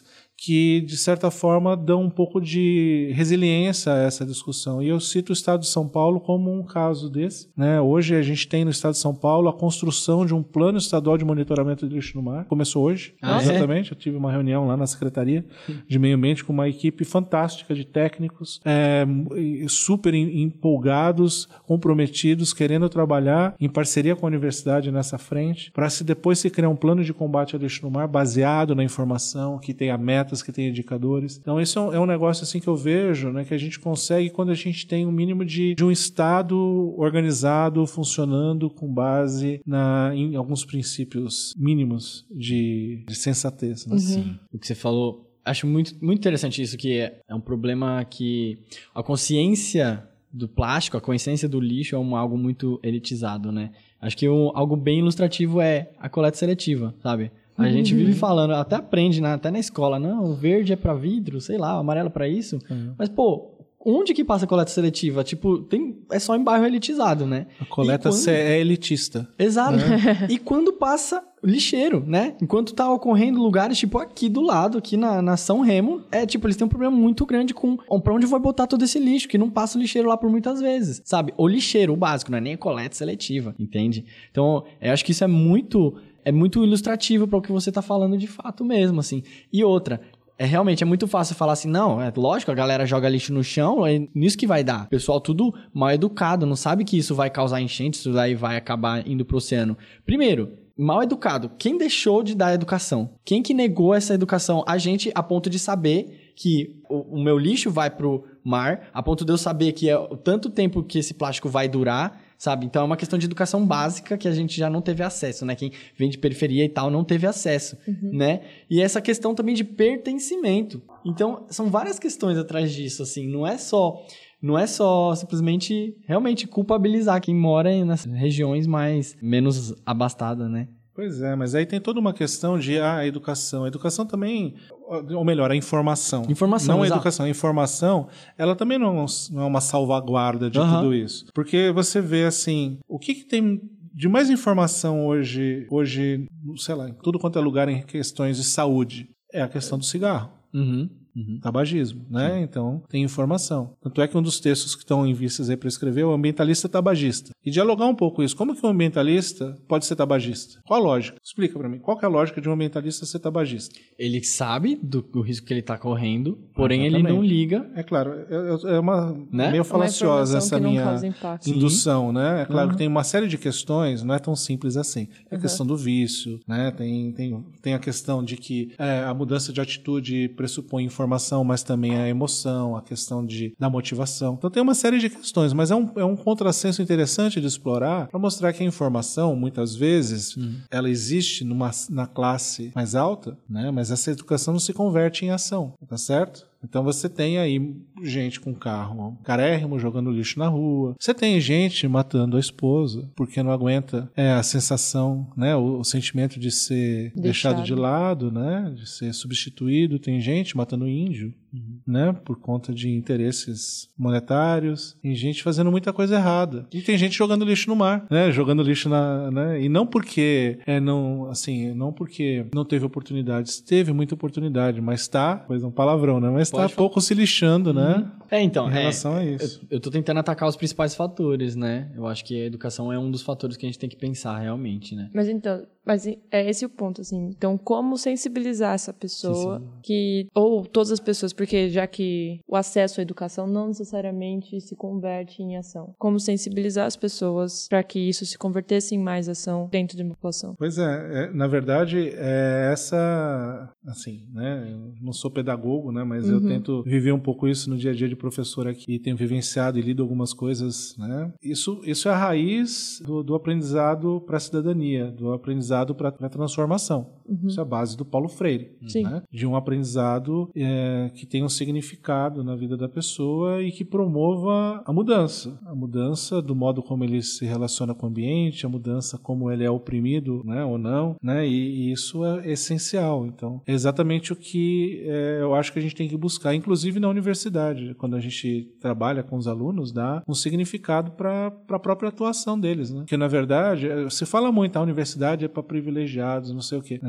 que, de certa forma, dão um pouco de resiliência a essa discussão. E eu cito o Estado de São Paulo como um caso desse, né? Hoje a gente tem no Estado de São Paulo a construção de um plano estadual de monitoramento de lixo no mar. Começou hoje, ah, exatamente. É? Eu tive uma reunião lá na Secretaria de Meio Ambiente com uma equipe fantástica de técnicos, é, super empolgados, comprometidos, querendo trabalhar em parceria com a universidade nessa frente, para se depois se criar um plano de combate ao lixo no mar baseado na informação, que tenha metas, que tenha indicadores. Então esse é um, é um negócio assim que eu vejo, né, que a gente consegue quando a gente tem um mínimo de, de um Estado organizado, funcionando com base na, em alguns princípios mínimos de, de sensatez. Né? Uhum. Sim. O que você falou, acho muito, muito interessante isso, que é, é um problema que a consciência do plástico, a consciência do lixo é um, algo muito elitizado, né? Acho que um, algo bem ilustrativo é a coleta seletiva, sabe? A uhum. gente vive falando, até aprende, né? Até na escola, não, o verde é para vidro, sei lá, o amarelo é para isso. Uhum. Mas, pô, onde que passa a coleta seletiva? Tipo, tem, é só em bairro elitizado, né? A coleta quando... é elitista. Exato. Né? E quando passa lixeiro, né? Enquanto tá ocorrendo lugares, tipo, aqui do lado, aqui na, na São Remo, é, tipo, eles têm um problema muito grande com pra onde vai botar todo esse lixo, que não passa o lixeiro lá por muitas vezes, sabe? O lixeiro, o básico, não é nem a coleta seletiva, entende? Então, eu acho que isso é muito... É muito ilustrativo para o que você tá falando de fato mesmo, assim. E outra, é realmente, é muito fácil falar assim, não, é lógico, a galera joga lixo no chão, é nisso que vai dar. O pessoal tudo mal educado, não sabe que isso vai causar enchente, isso daí vai acabar indo pro oceano. Primeiro, mal educado. Quem deixou de dar educação? Quem que negou essa educação? A gente, a ponto de saber que o, o meu lixo vai pro mar, a ponto de eu saber que é o tanto tempo que esse plástico vai durar, sabe? Então é uma questão de educação básica que a gente já não teve acesso, né? Quem vem de periferia e tal não teve acesso, uhum. né? E essa questão também de pertencimento. Então, são várias questões atrás disso, assim. Não é só... Não é só simplesmente, realmente, culpabilizar quem mora nas regiões mais menos abastadas, né? Pois é, mas aí tem toda uma questão de ah, a educação. A educação também, ou melhor, a informação. Informação, Não exato. a educação, a informação, ela também não, não é uma salvaguarda de uhum. tudo isso. Porque você vê, assim, o que, que tem de mais informação hoje, hoje, sei lá, em tudo quanto é lugar em questões de saúde? É a questão do cigarro. Uhum. Uhum. Tabagismo, né? Sim. Então, tem informação. Tanto é que um dos textos que estão em vistas aí para escrever é o ambientalista tabagista. E dialogar um pouco isso. Como que um ambientalista pode ser tabagista? Qual a lógica? Explica para mim. Qual que é a lógica de um ambientalista ser tabagista? Ele sabe do, do risco que ele está correndo, porém Exatamente. Ele não liga. É claro, é, é uma né? meio falaciosa essa minha indução, Sim. né? É claro uhum. que tem uma série de questões, não é tão simples assim. Tem a uhum. questão do vício, né? Tem, tem, tem a questão de que é, a mudança de atitude pressupõe informação, mas também a emoção, a questão de, da motivação. Então tem uma série de questões, mas é um, é um contrassenso interessante de explorar para mostrar que a informação, muitas vezes, uhum. ela existe numa, na classe mais alta, né? Mas essa educação não se converte em ação, tá certo? Então você tem aí gente com carro carérrimo jogando lixo na rua. Você tem gente matando a esposa porque não aguenta é, a sensação, né, o, o sentimento de ser deixado. deixado de lado, né, de ser substituído. Tem gente matando índio, uhum. né, por conta de interesses monetários. Tem gente fazendo muita coisa errada. E tem gente jogando lixo no mar, né, jogando lixo na, né, e não porque é não, assim, não porque não teve oportunidades, teve muita oportunidade, mas tá, coisa um palavrão, né, mas está pouco se lixando, né? É, então, em relação é, a isso. Eu, eu tô tentando atacar os principais fatores, né? Eu acho que a educação é um dos fatores que a gente tem que pensar realmente, né? Mas então, mas é esse o ponto, assim. Então, como sensibilizar essa pessoa sim, sim. que... Ou todas as pessoas, porque já que o acesso à educação não necessariamente se converte em ação. Como sensibilizar as pessoas para que isso se convertesse em mais ação dentro de uma população? Pois é, é na verdade, é essa... Assim, né? Eu não sou pedagogo, né? Mas uhum. eu tento viver um pouco isso no dia a dia de professor aqui. Tenho vivenciado e lido algumas coisas, né? Isso, isso é a raiz do, do aprendizado para a cidadania, do aprendizado para a transformação. Uhum. Isso é a base do Paulo Freire. Né? De um aprendizado é, que tem um significado na vida da pessoa e que promova a mudança. A mudança do modo como ele se relaciona com o ambiente, a mudança como ele é oprimido, né, ou não, né? E, e isso é essencial. Então, é exatamente o que é, eu acho que a gente tem que buscar, inclusive na universidade, quando a gente trabalha com os alunos, dá um significado para a própria atuação deles, né? Porque, na verdade, se fala muito, a universidade é para privilegiados, não sei o quê, né?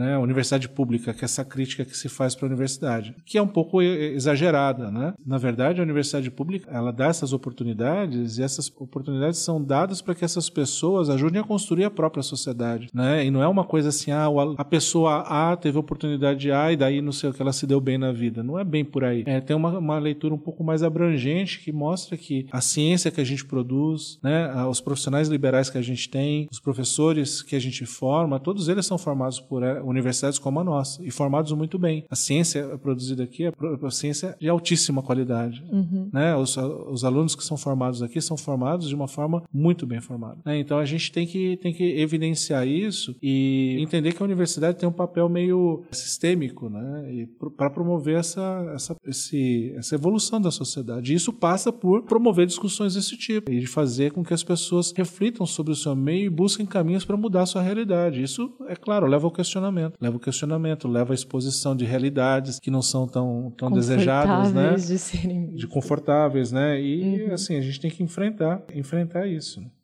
né, a universidade pública, que é essa crítica que se faz para a universidade, que é um pouco exagerada, né? Na verdade, a universidade pública, ela dá essas oportunidades e essas oportunidades são dadas para que essas pessoas ajudem a construir a própria sociedade, né? E não é uma coisa assim, ah, a pessoa A teve a oportunidade A e daí não sei o que ela se deu bem na vida. Não é bem por aí. É, tem uma, uma leitura um pouco mais abrangente que mostra que a ciência que a gente produz, né, os profissionais liberais que a gente tem, os professores que a gente forma, todos eles são formados por universidades como a nossa e formados muito bem. A ciência produzida aqui é a ciência de altíssima qualidade. Uhum. Né? Os, os alunos que são formados aqui são formados de uma forma muito bem formada. Né? Então a gente tem que, tem que evidenciar isso e entender que a universidade tem um papel meio sistêmico, né? E para promover essa, essa, esse, essa evolução da sociedade. E isso passa por promover discussões desse tipo e de fazer com que as pessoas reflitam sobre o seu meio e busquem caminhos para mudar a sua realidade. Isso, é claro, leva ao questionamento. Leva ao questionamento, leva à exposição de realidades que não são tão, tão desejadas, né? De serem de confortáveis, né? E, uhum. assim, a gente tem que enfrentar, enfrentar isso, né?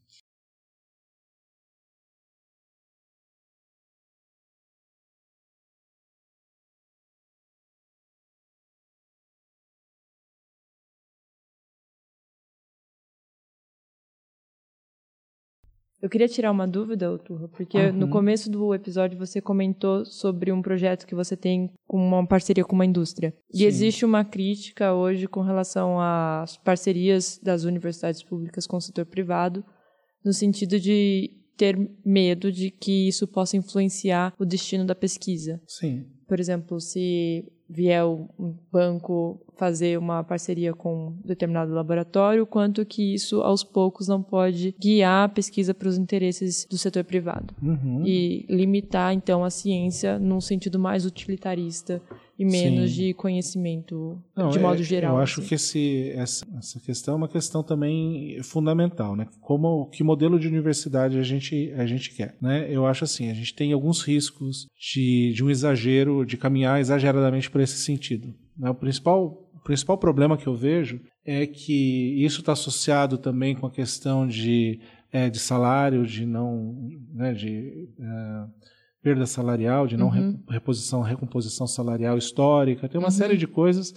Eu queria tirar uma dúvida, Turra, porque uhum. no começo do episódio você comentou sobre um projeto que você tem com uma parceria com uma indústria. E Sim. existe uma crítica hoje com relação às parcerias das universidades públicas com o setor privado, no sentido de ter medo de que isso possa influenciar o destino da pesquisa. Sim. Por exemplo, se vier um banco fazer uma parceria com um determinado laboratório, quanto que isso, aos poucos, não pode guiar a pesquisa para os interesses do setor privado. Uhum. E limitar, então, a ciência num sentido mais utilitarista e menos Sim. de conhecimento não, de modo é, geral. Eu acho assim. que esse, essa, essa questão é uma questão também fundamental, né? Como, que modelo de universidade a gente, a gente quer, né? Eu acho assim, a gente tem alguns riscos de, de um exagero, de caminhar exageradamente por esse sentido. Né? O principal O principal problema que eu vejo é que isso está associado também com a questão de, é, de salário, de não, né, de é, perda salarial, de não uhum. reposição, recomposição salarial histórica, tem uma uhum. série de coisas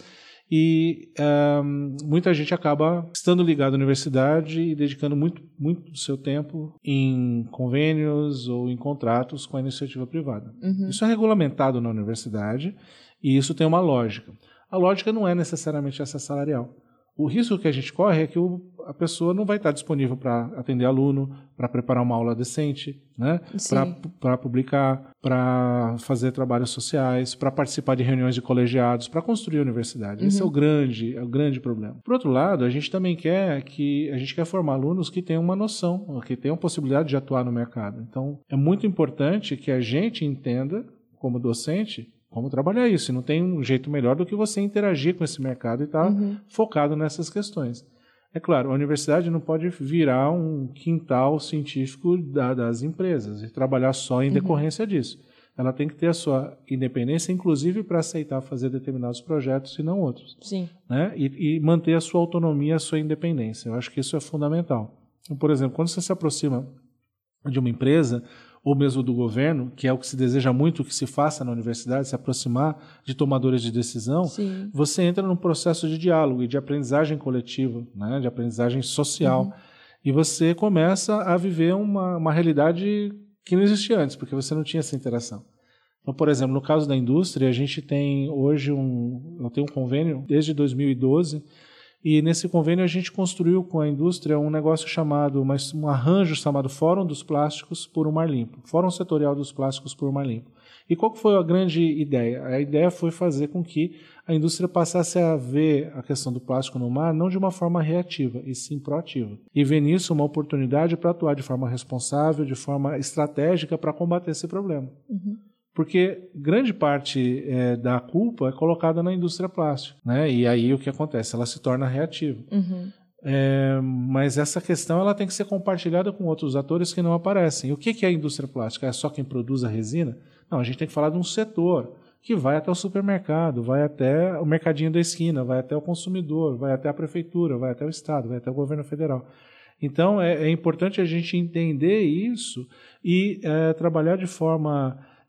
e um, muita gente acaba estando ligado à universidade e dedicando muito, muito do seu tempo em convênios ou em contratos com a iniciativa privada. Uhum. Isso é regulamentado na universidade e isso tem uma lógica. A lógica não é necessariamente essa salarial. O risco que a gente corre é que o, a pessoa não vai estar disponível para atender aluno, para preparar uma aula decente, né? Para publicar, para fazer trabalhos sociais, para participar de reuniões de colegiados, para construir a universidade. Uhum. Esse é o grande, é o grande problema. Por outro lado, a gente também quer que a gente quer formar alunos que tenham uma noção, que tenham possibilidade de atuar no mercado. Então, é muito importante que a gente entenda, como docente, como trabalhar isso. E não tem um jeito melhor do que você interagir com esse mercado e estar uhum. focado nessas questões. É claro, a universidade não pode virar um quintal científico da, das empresas e trabalhar só em uhum. decorrência disso. Ela tem que ter a sua independência, inclusive para aceitar fazer determinados projetos e não outros. Sim. Né? E, e manter a sua autonomia, a sua independência. Eu acho que isso é fundamental. Então, por exemplo, quando você se aproxima de uma empresa ou mesmo do governo, que é o que se deseja muito que se faça na universidade, se aproximar de tomadores de decisão, Sim. você entra num processo de diálogo e de aprendizagem coletiva, né, de aprendizagem social, uhum. e você começa a viver uma, uma realidade que não existia antes, porque você não tinha essa interação. Então, por exemplo, no caso da indústria, a gente tem hoje um, eu tenho um convênio desde dois mil e doze, e nesse convênio a gente construiu com a indústria um negócio chamado, um arranjo chamado Fórum dos Plásticos por um Mar Limpo, Fórum Setorial dos Plásticos por um Mar Limpo. E qual que foi a grande ideia? A ideia foi fazer com que a indústria passasse a ver a questão do plástico no mar não de uma forma reativa, e sim proativa. E ver nisso uma oportunidade para atuar de forma responsável, de forma estratégica para combater esse problema. Uhum. Porque grande parte é, da culpa é colocada na indústria plástica, né? E aí o que acontece? Ela se torna reativa. Uhum. É, mas essa questão ela tem que ser compartilhada com outros atores que não aparecem. E o que é a indústria plástica? É só quem produz a resina? Não, a gente tem que falar de um setor que vai até o supermercado, vai até o mercadinho da esquina, vai até o consumidor, vai até a prefeitura, vai até o Estado, vai até o governo federal. Então é, é importante a gente entender isso e é, trabalhar de forma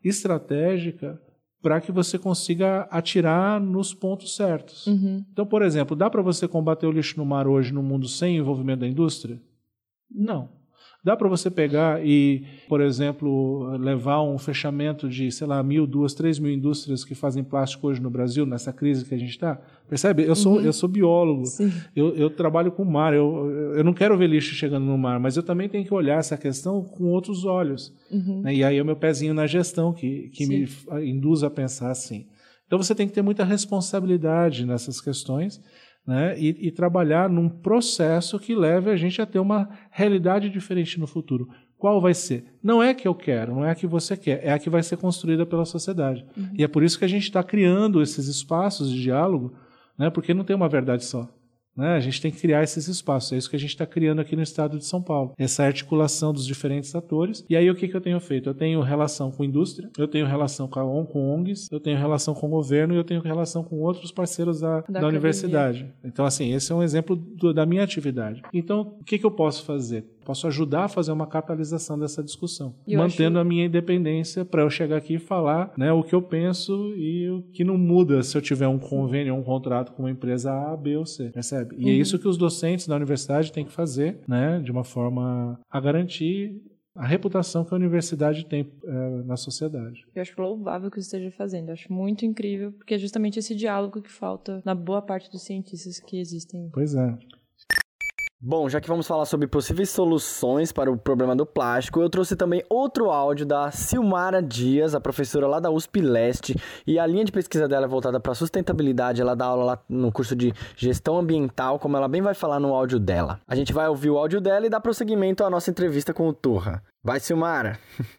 estratégica para que você consiga atirar nos pontos certos. Uhum. Então, por exemplo, dá para você combater o lixo no mar hoje no mundo sem envolvimento da indústria? Não. Dá para você pegar e, por exemplo, levar um fechamento de, sei lá, mil, duas, três mil indústrias que fazem plástico hoje no Brasil, nessa crise que a gente está? Percebe? Eu sou, uhum. eu sou biólogo, eu, eu trabalho com o mar, eu, eu não quero ver lixo chegando no mar, mas eu também tenho que olhar essa questão com outros olhos. Uhum. Né? E aí é o meu pezinho na gestão que, que me induz a pensar assim. Então você tem que ter muita responsabilidade nessas questões, né, e, e trabalhar num processo que leve a gente a ter uma realidade diferente no futuro. Qual vai ser? Não é a que eu quero, não é a que você quer, é a que vai ser construída pela sociedade. Uhum. E é por isso que a gente está criando esses espaços de diálogo, né, porque não tem uma verdade só. Né? A gente tem que criar esses espaços. É isso que a gente está criando aqui no estado de São Paulo. Essa articulação dos diferentes atores. E aí o que, que eu tenho feito? Eu tenho relação com a indústria, eu tenho relação com, a, com O N Gs, eu tenho relação com o governo e eu tenho relação com outros parceiros da, da, da universidade. Então, assim, esse é um exemplo do, da minha atividade. Então, o que, que eu posso fazer? Posso ajudar a fazer uma catalisação dessa discussão, eu mantendo acho... a minha independência para eu chegar aqui e falar, né, o que eu penso e o que não muda se eu tiver um convênio ou um contrato com uma empresa A, B ou C, percebe? E uhum. é isso que os docentes da universidade têm que fazer, né, de uma forma a garantir a reputação que a universidade tem é, na sociedade. Eu acho louvável que você esteja fazendo, eu acho muito incrível, porque é justamente esse diálogo que falta na boa parte dos cientistas que existem. Pois é. Bom, já que vamos falar sobre possíveis soluções para o problema do plástico, eu trouxe também outro áudio da Silmara Dias, a professora lá da U S P Leste, e a linha de pesquisa dela é voltada para sustentabilidade. Ela dá aula lá no curso de gestão ambiental, como ela bem vai falar no áudio dela. A gente vai ouvir o áudio dela e dar prosseguimento à nossa entrevista com o Turra. Vai, Silmara!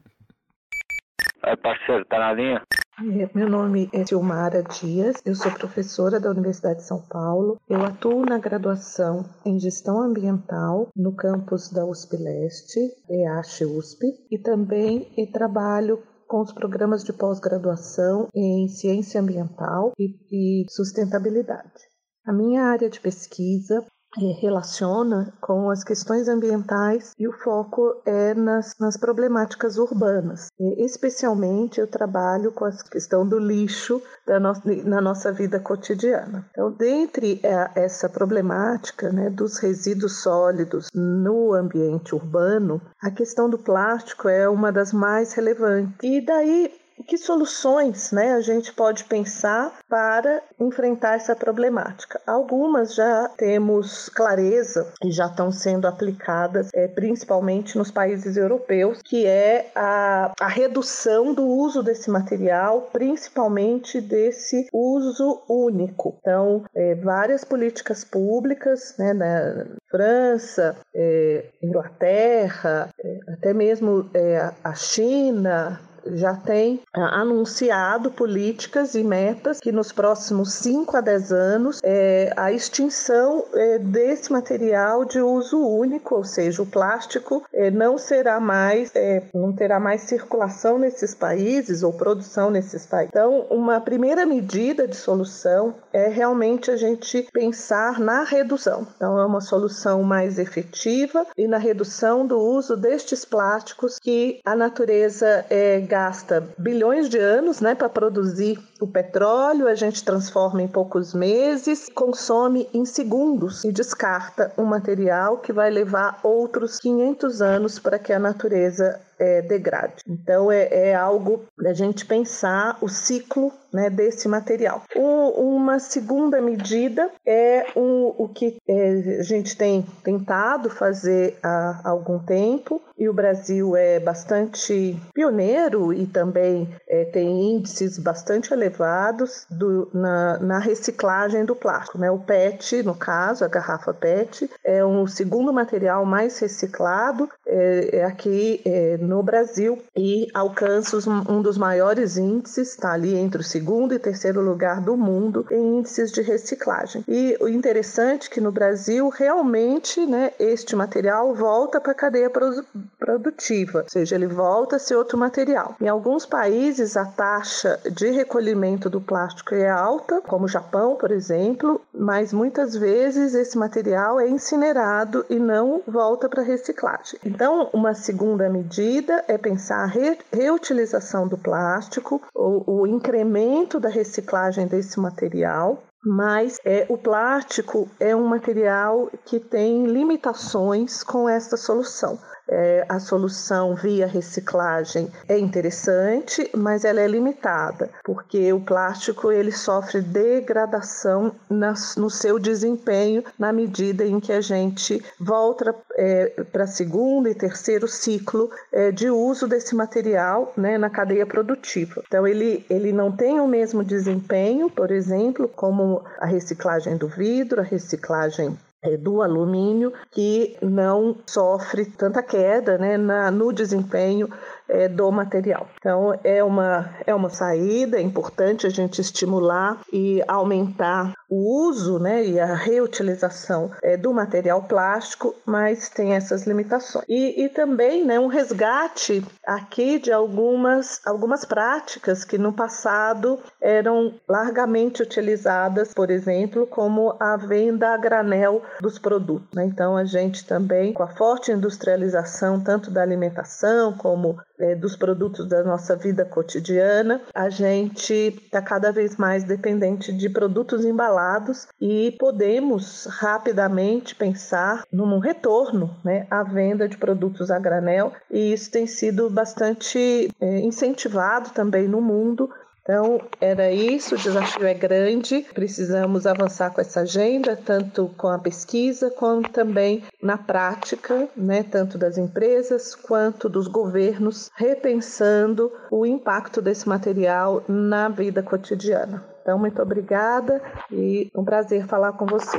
É, parceiro, tá na linha? Meu nome é Silmara Dias, eu sou professora da Universidade de São Paulo. Eu atuo na graduação em Gestão Ambiental no campus da U S P Leste, E A C U S P, e também eu trabalho com os programas de pós-graduação em Ciência Ambiental e, e Sustentabilidade. A minha área de pesquisa relaciona com as questões ambientais e o foco é nas, nas problemáticas urbanas. E, especialmente eu trabalho com a questão do lixo da no, na nossa vida cotidiana. Então, dentre a, essa problemática, né, dos resíduos sólidos no ambiente urbano, a questão do plástico é uma das mais relevantes. E daí, que soluções, né, a gente pode pensar para enfrentar essa problemática? Algumas já temos clareza e já estão sendo aplicadas, é, principalmente nos países europeus, que é a, a redução do uso desse material, principalmente desse uso único. Então, é, várias políticas públicas, né, na França, é, Inglaterra, é, até mesmo é, a China, já tem anunciado políticas e metas que nos próximos cinco a dez anos é, a extinção é, desse material de uso único, ou seja, o plástico é, não será mais, é, não terá mais circulação nesses países ou produção nesses países. Então, uma primeira medida de solução é realmente a gente pensar na redução. Então, é uma solução mais efetiva e na redução do uso destes plásticos que a natureza é, gasta bilhões de anos, né, para produzir o petróleo, a gente transforma em poucos meses, consome em segundos e descarta um material que vai levar outros quinhentos anos para que a natureza é, degrade. Então é, é algo da gente pensar o ciclo, né, desse material. O, uma segunda medida é o, o que é, a gente tem tentado fazer há algum tempo, e o Brasil é bastante pioneiro e também é, tem índices bastante elevados do, na, na reciclagem do plástico, né? O P E T, no caso, a garrafa P E T, é o segundo material mais reciclado é, é aqui é, no Brasil e alcança os, um dos maiores índices, está ali entre o segundo e terceiro lugar do mundo em índices de reciclagem. E o interessante é que no Brasil, realmente, né, este material volta para a cadeia produtiva, ou seja, ele volta a ser outro material. Em alguns países, a taxa de recolhimento do plástico é alta, como o Japão, por exemplo, mas muitas vezes esse material é incinerado e não volta para reciclagem. Então, uma segunda medida saída é pensar a re- reutilização do plástico, o, o incremento da reciclagem desse material. Mas é, o plástico é um material que tem limitações com essa solução. É, a solução via reciclagem é interessante, mas ela é limitada, porque o plástico ele sofre degradação nas, no seu desempenho na medida em que a gente volta é, para segundo e terceiro ciclo é, de uso desse material, né, na cadeia produtiva. Então ele, ele não tem o mesmo desempenho, por exemplo, como a reciclagem do vidro, a reciclagem do alumínio, que não sofre tanta queda, né, na, no desempenho é, do material. Então, é uma, é uma saída, é importante a gente estimular e aumentar o uso, né, e a reutilização é, do material plástico, mas tem essas limitações. E, e também, né, um resgate aqui de algumas, algumas práticas que no passado eram largamente utilizadas, por exemplo, como a venda a granel dos produtos, né? Então, a gente também, com a forte industrialização, tanto da alimentação como é, dos produtos da nossa vida cotidiana, a gente está cada vez mais dependente de produtos embalados e podemos rapidamente pensar num retorno, né, à venda de produtos a granel, e isso tem sido bastante é, incentivado também no mundo. Então, era isso, o desafio é grande, precisamos avançar com essa agenda, tanto com a pesquisa, como também na prática, né, tanto das empresas quanto dos governos, repensando o impacto desse material na vida cotidiana. Então, muito obrigada e um prazer falar com você.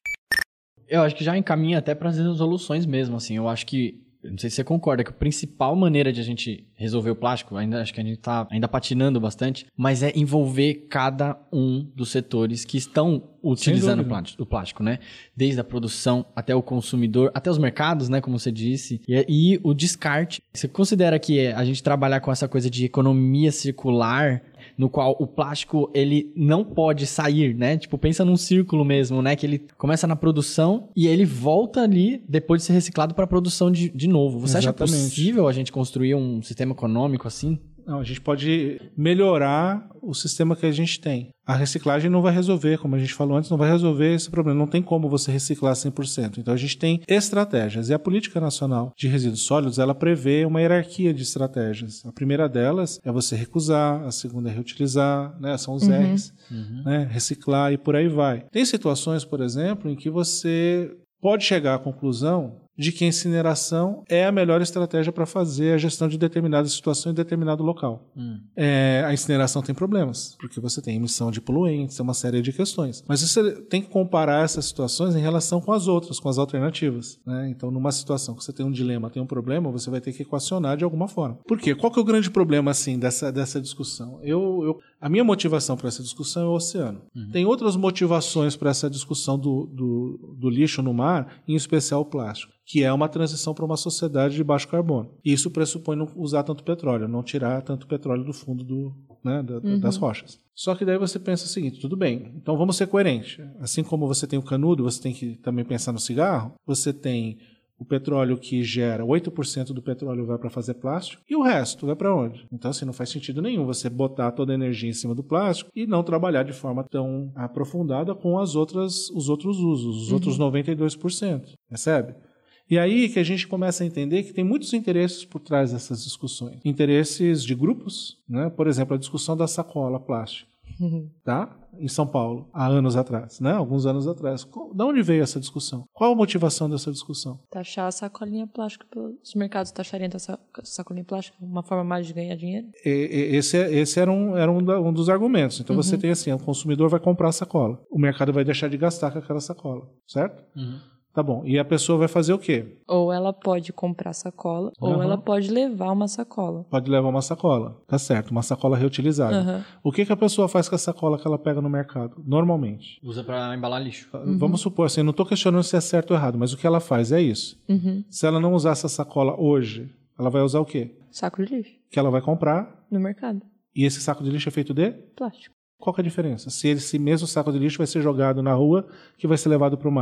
Eu acho que já encaminha até para as resoluções mesmo, assim, eu acho que não sei se você concorda que a principal maneira de a gente resolver o plástico, ainda acho que a gente está ainda patinando bastante, mas é envolver cada um dos setores que estão utilizando o plástico, né? Desde a produção até o consumidor, até os mercados, né? Como você disse, e, e o descarte. Você considera que a gente trabalhar com essa coisa de economia circular, no qual o plástico, ele não pode sair, né? Tipo, pensa num círculo mesmo, né? Que ele começa na produção e ele volta ali, depois de ser reciclado, para a produção de, de novo. Você Exatamente. acha possível a gente construir um sistema econômico assim? Não, a gente pode melhorar o sistema que a gente tem. A reciclagem não vai resolver, como a gente falou antes, não vai resolver esse problema. Não tem como você reciclar cem por cento. Então, a gente tem estratégias. E a Política Nacional de Resíduos Sólidos, ela prevê uma hierarquia de estratégias. A primeira delas é você recusar, a segunda é reutilizar, né? São os Uhum. R's, Uhum. né? Reciclar e por aí vai. Tem situações, por exemplo, em que você pode chegar à conclusão de que a incineração é a melhor estratégia para fazer a gestão de determinada situação em determinado local. Hum. É, a incineração tem problemas, porque você tem emissão de poluentes, tem uma série de questões. Mas você tem que comparar essas situações em relação com as outras, com as alternativas, né? Então, numa situação que você tem um dilema, tem um problema, você vai ter que equacionar de alguma forma. Por quê? Qual que é o grande problema, assim, dessa, dessa discussão? Eu, eu, a minha motivação para essa discussão é o oceano. Uhum. Tem outras motivações para essa discussão do, do, do lixo no mar, em especial o plástico, que é uma transição para uma sociedade de baixo carbono. Isso pressupõe não usar tanto petróleo, não tirar tanto petróleo do fundo do, né, da, uhum. das rochas. Só que daí você pensa o seguinte, tudo bem, então vamos ser coerentes. Assim como você tem o canudo, você tem que também pensar no cigarro, você tem o petróleo que gera, oito por cento do petróleo vai para fazer plástico, e o resto vai para onde? Então, assim, não faz sentido nenhum você botar toda a energia em cima do plástico e não trabalhar de forma tão aprofundada com as outras, os outros usos, os uhum. outros noventa e dois por cento, percebe? E aí que a gente começa a entender que tem muitos interesses por trás dessas discussões. Interesses de grupos, né? Por exemplo, a discussão da sacola plástica, uhum. tá? Em São Paulo, há anos atrás, né? Alguns anos atrás. De onde veio essa discussão? Qual a motivação dessa discussão? Taxar a sacolinha plástica. Os mercados taxariam a sacolinha plástica uma forma mais de ganhar dinheiro? E, e, esse esse era, um, era um, da, um dos argumentos. Então uhum. você tem assim, o consumidor vai comprar a sacola. O mercado vai deixar de gastar com aquela sacola, certo? Uhum. Tá bom. E a pessoa vai fazer o quê? Ou ela pode comprar sacola, uhum. ou ela pode levar uma sacola. Pode levar uma sacola. Tá certo. Uma sacola reutilizada. Uhum. O que, que a pessoa faz com a sacola que ela pega no mercado? Normalmente. Usa para embalar lixo. Uhum. Vamos supor assim, não estou questionando se é certo ou errado, mas o que ela faz é isso. Uhum. Se ela não usar essa sacola hoje, ela vai usar o quê? Saco de lixo. Que ela vai comprar. No mercado. E esse saco de lixo é feito de? Plástico. Qual que é a diferença? Se esse mesmo saco de lixo vai ser jogado na rua, que vai ser levado para o mar.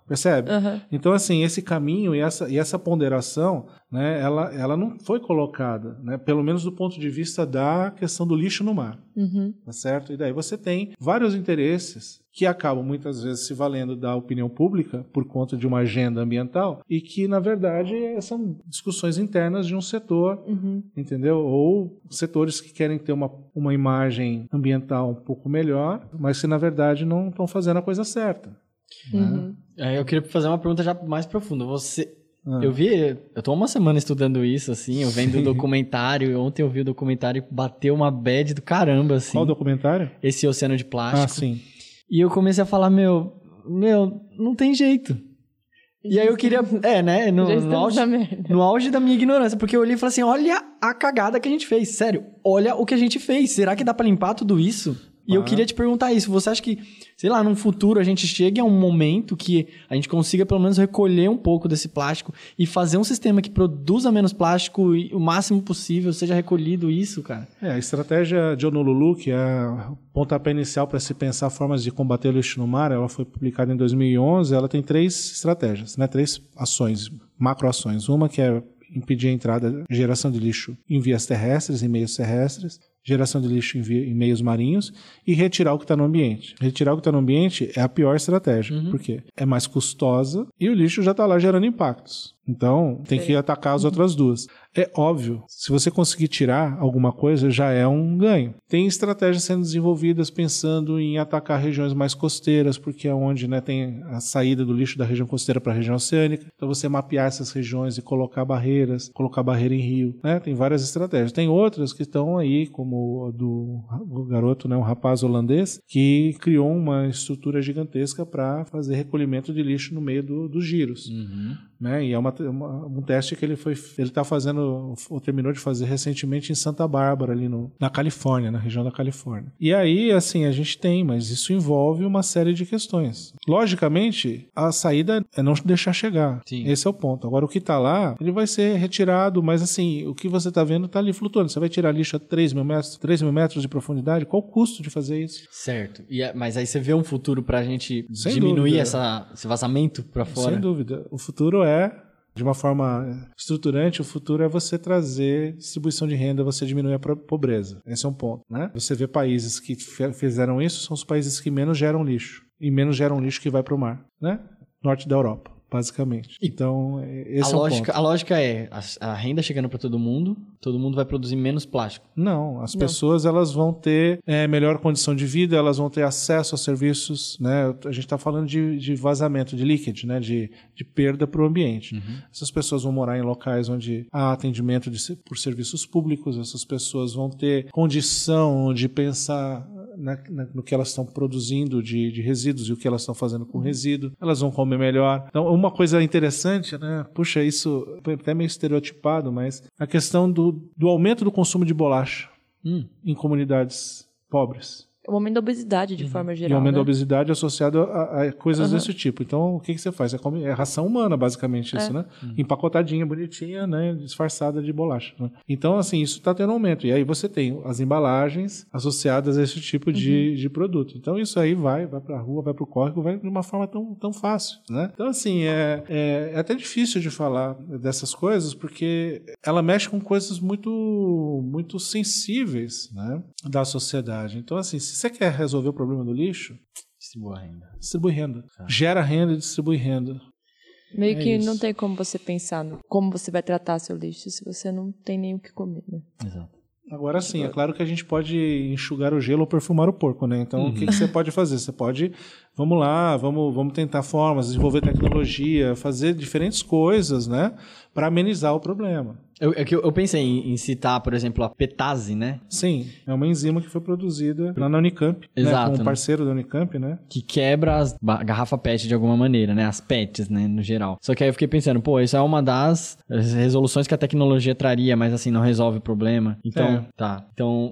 Percebe? Uhum. Então, assim, esse caminho e essa, e essa ponderação, né, ela, ela não foi colocada, né, pelo menos do ponto de vista da questão do lixo no mar. Uhum. Tá certo? E daí você tem vários interesses que acabam muitas vezes se valendo da opinião pública por conta de uma agenda ambiental e que, na verdade, são discussões internas de um setor, uhum. entendeu? Ou setores que querem ter uma, uma imagem ambiental um pouco melhor, mas que, na verdade, não estão fazendo a coisa certa. Uhum. Né? É, eu queria fazer uma pergunta já mais profunda. Você... Ah. Eu vi, eu tô uma semana estudando isso, assim, eu vendo o documentário, ontem eu vi o documentário e bateu uma bad do caramba, assim. Qual documentário? Esse Oceano de Plástico. Ah, sim. E eu comecei a falar, meu, meu, não tem jeito. E aí eu queria, é, né, no, no, auge, no auge da minha ignorância, porque eu olhei e falei assim, olha a cagada que a gente fez, sério, olha o que a gente fez, será que dá pra limpar tudo isso? E ah. eu queria te perguntar isso, você acha que, sei lá, num futuro a gente chegue a um momento que a gente consiga pelo menos recolher um pouco desse plástico e fazer um sistema que produza menos plástico e o máximo possível seja recolhido isso, cara? É, a estratégia de Honolulu, que é o pontapé inicial para se pensar formas de combater o lixo no mar, ela foi publicada em dois mil e onze, ela tem três estratégias, né, três ações, macroações. Uma que é impedir a entrada e geração de lixo em vias terrestres, em meios terrestres, geração de lixo em, via, em meios marinhos e retirar o que está no ambiente. Retirar o que está no ambiente é a pior estratégia, uhum. porque é mais custosa e o lixo já está lá gerando impactos. Então, tem que atacar as outras duas. É óbvio, se você conseguir tirar alguma coisa, já é um ganho. Tem estratégias sendo desenvolvidas pensando em atacar regiões mais costeiras, porque é onde, né, tem a saída do lixo da região costeira para a região oceânica. Então, você mapear essas regiões e colocar barreiras, colocar barreira em rio. Né? Tem várias estratégias. Tem outras que estão aí, como o do o garoto, né, um rapaz holandês, que criou uma estrutura gigantesca para fazer recolhimento de lixo no meio do, dos giros. Uhum. Né? E é uma, uma, um teste que ele foi, ele está fazendo, ou terminou de fazer recentemente em Santa Bárbara, ali no, na Califórnia, na região da Califórnia. E aí, assim, a gente tem, mas isso envolve uma série de questões. Logicamente, a saída é não deixar chegar. Sim. Esse é o ponto. Agora, o que está lá, ele vai ser retirado, mas assim, o que você está vendo está ali flutuando. Você vai tirar lixo a três mil metros, três mil metros de profundidade? Qual o custo de fazer isso? Certo. E, mas aí você vê um futuro para a gente Sem diminuir essa, esse vazamento para fora? Sem dúvida. O futuro é É, de uma forma estruturante, o futuro é você trazer distribuição de renda, você diminuir a pobreza. Esse é um ponto, né? Você vê países que fizeram isso, são os países que menos geram lixo. E menos geram lixo que vai para o mar, né? Norte da Europa, basicamente. Então, esse a é um lógica, ponto. A lógica é a, a renda chegando para todo mundo, todo mundo vai produzir menos plástico. Não, as Não. pessoas elas vão ter é, melhor condição de vida, elas vão ter acesso a serviços, né? A gente está falando de, de vazamento, de leakage, né? de, de perda para o ambiente. Uhum. Essas pessoas vão morar em locais onde há atendimento de, por serviços públicos, essas pessoas vão ter condição de pensar na, na, no que elas estão produzindo de, de resíduos e o que elas estão fazendo com resíduo, elas vão comer melhor. Então, uma coisa interessante, né? Puxa, isso é até meio estereotipado, mas a questão do, do aumento do consumo de bolacha hum. em comunidades pobres. O aumento da obesidade, de uhum. forma geral. E o aumento né? da obesidade associado a, a coisas uhum. desse tipo. Então, o que, que você faz? É, come, é ração humana, basicamente, isso, é. né? Uhum. Empacotadinha, bonitinha, né? Disfarçada de bolacha. Né? Então, assim, isso está tendo aumento. E aí você tem as embalagens associadas a esse tipo de, uhum. de produto. Então, isso aí vai, vai para a rua, vai para o córrego, vai de uma forma tão, tão fácil, né? Então, assim, é, é, é até difícil de falar dessas coisas, porque ela mexe com coisas muito, muito sensíveis, né? Da sociedade. Então, assim, se você quer resolver o problema do lixo, distribui renda. Distribui renda. Ah. Gera renda e distribui renda. Meio é que isso. não tem como você pensar no como você vai tratar seu lixo se você não tem nem o que comer, né? Exato. Agora sim, é claro que a gente pode enxugar o gelo ou perfumar o porco, né? Então, uhum. o que, que você pode fazer? Você pode, vamos lá, vamos, vamos tentar formas, desenvolver tecnologia, fazer diferentes coisas, né? Para amenizar o problema. Eu, eu, eu pensei em, em citar, por exemplo, a Petase, né? Sim, é uma enzima que foi produzida lá na Unicamp, Exato, né? Com um né? parceiro da Unicamp, né? Que quebra as garrafa P E T de alguma maneira, né? As P E Ts, né? No geral. Só que aí eu fiquei pensando, pô, isso é uma das resoluções que a tecnologia traria, mas assim, não resolve o problema. Então, é. tá. Então,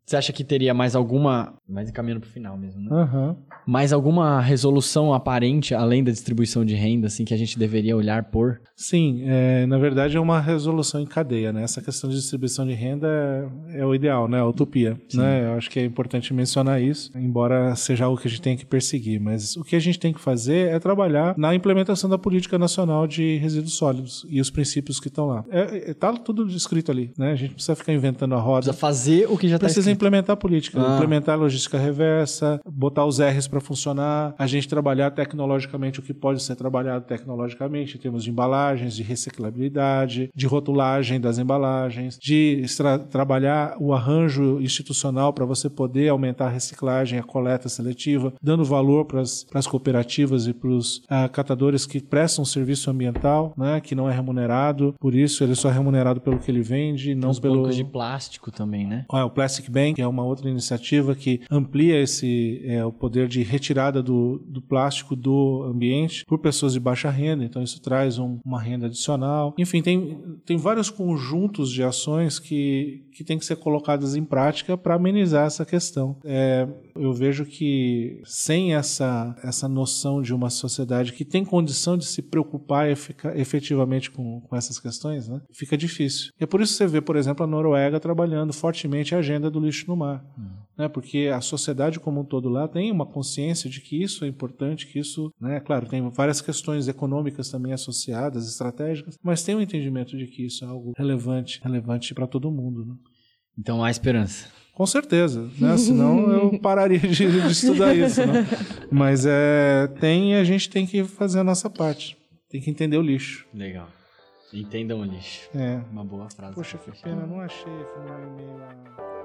Você acha que teria mais alguma... Mais encaminhando pro final mesmo, né? Uhum. Mais alguma resolução aparente, além da distribuição de renda, assim, que a gente deveria olhar por? Sim, é, na verdade é uma resolução em cadeia, né? Essa questão de distribuição de renda é, é o ideal, né? A utopia, né? Eu acho que é importante mencionar isso, embora seja algo que a gente tem que perseguir. Mas o que a gente tem que fazer é trabalhar na implementação da Política Nacional de Resíduos Sólidos e os princípios que estão lá. É, é, tá tudo escrito ali, né? A gente não precisa ficar inventando a roda. Precisa fazer o que já está escrito. Precisa implementar a política, Ah. implementar a logística reversa, botar os R's para funcionar, a gente trabalhar tecnologicamente o que pode ser trabalhado tecnologicamente em termos de embalagens, de reciclabilidade, de rotulagem das embalagens, de extra- trabalhar o arranjo institucional para você poder aumentar a reciclagem, a coleta seletiva, dando valor para as cooperativas e para os ah, catadores que prestam serviço ambiental, né, que não é remunerado, por isso ele só é remunerado pelo que ele vende, não Os pelo... bancos de plástico também, né? Ah, o Plastic Bank é uma outra iniciativa que amplia esse, é, o poder de retirada do, do plástico do ambiente por pessoas de baixa renda, então isso traz um, uma renda adicional. Enfim, tem, tem vários conjuntos de ações que, que têm que ser colocadas em prática para amenizar essa questão. É, eu vejo que sem essa, essa noção de uma sociedade que tem condição de se preocupar efica, efetivamente com, com essas questões, né, fica difícil. E é por isso que você vê, por exemplo, a Noruega trabalhando fortemente a agenda do lixo no mar. Hum. Né, porque a sociedade como um todo lá tem uma consciência de que isso é importante, que isso, né, claro, tem várias questões econômicas também associadas, estratégicas, mas tem um entendimento de que isso é algo relevante, relevante para todo mundo. Né? Então há esperança. Com certeza, né? Senão eu pararia de, de estudar isso. Né? Mas é, tem e a gente tem que fazer a nossa parte. Tem que entender o lixo. Legal. Entendam o lixo. É. Uma boa frase. Poxa, que pena, não achei aqui no meu e-mail lá.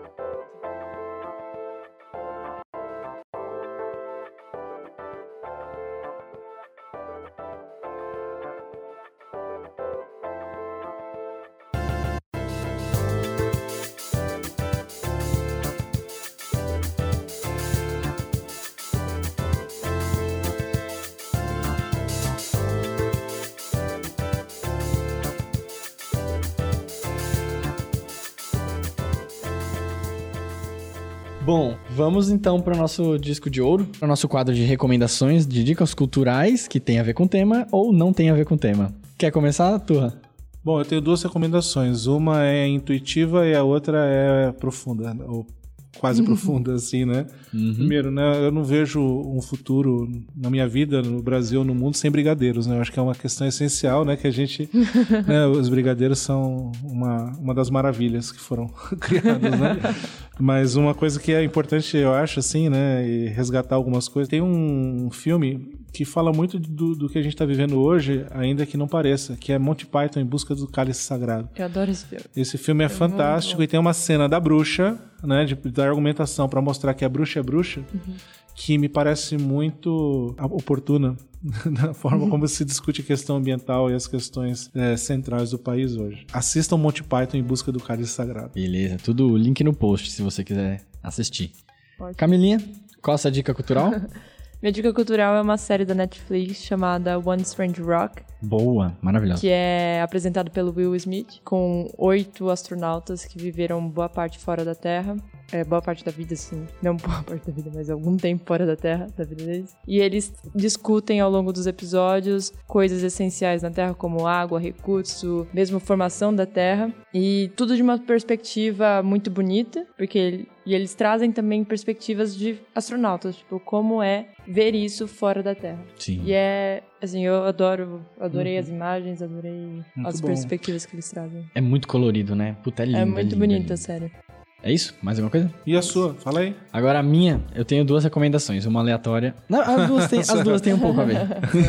Bom, vamos então para o nosso disco de ouro, para o nosso quadro de recomendações de dicas culturais que tem a ver com o tema ou não tem a ver com o tema. Quer começar, Turra? Bom, eu tenho duas recomendações. Uma é intuitiva e a outra é profunda, ou quase profunda, assim, né? Uhum. Primeiro, né, eu não vejo um futuro na minha vida, no Brasil, no mundo, sem brigadeiros, né? Eu acho que é uma questão essencial, né? Que a gente... né, os brigadeiros são uma, uma das maravilhas que foram criadas, né? Mas uma coisa que é importante, eu acho, assim, né? E resgatar algumas coisas. Tem um filme que fala muito do, do que a gente está vivendo hoje, ainda que não pareça, que é Monty Python em Busca do Cálice Sagrado. Eu adoro esse filme. Esse filme é, é fantástico e tem uma cena da bruxa, né? De, da argumentação para mostrar que a bruxa é bruxa, uhum. que me parece muito oportuna na forma uhum. como se discute a questão ambiental e as questões é, centrais do país hoje. Assistam Monty Python em Busca do Cálice Sagrado. Beleza, tudo link no post se você quiser assistir. Pode. Camilinha, qual a sua dica cultural? Minha dica cultural é uma série da Netflix chamada One Strange Rock. Boa, maravilhosa. Que é apresentado pelo Will Smith, com oito astronautas que viveram boa parte fora da Terra. É, boa parte da vida, sim. Não boa parte da vida, mas algum tempo fora da Terra, da vida deles. E eles discutem ao longo dos episódios coisas essenciais na Terra, como água, recurso, mesmo formação da Terra. E tudo de uma perspectiva muito bonita, porque ele, e eles trazem também perspectivas de astronautas, tipo, como é ver isso fora da Terra. Sim. E é, assim, eu adoro, adorei uhum. as imagens, adorei muito as bom. perspectivas que eles trazem. É muito colorido, né? Puta, é lindo. É muito é lindo, bonita é a série. É isso? Mais alguma coisa? E a sua? Fala aí. Agora a minha, eu tenho duas recomendações. Uma aleatória. Não, as duas têm, as duas têm um pouco a ver.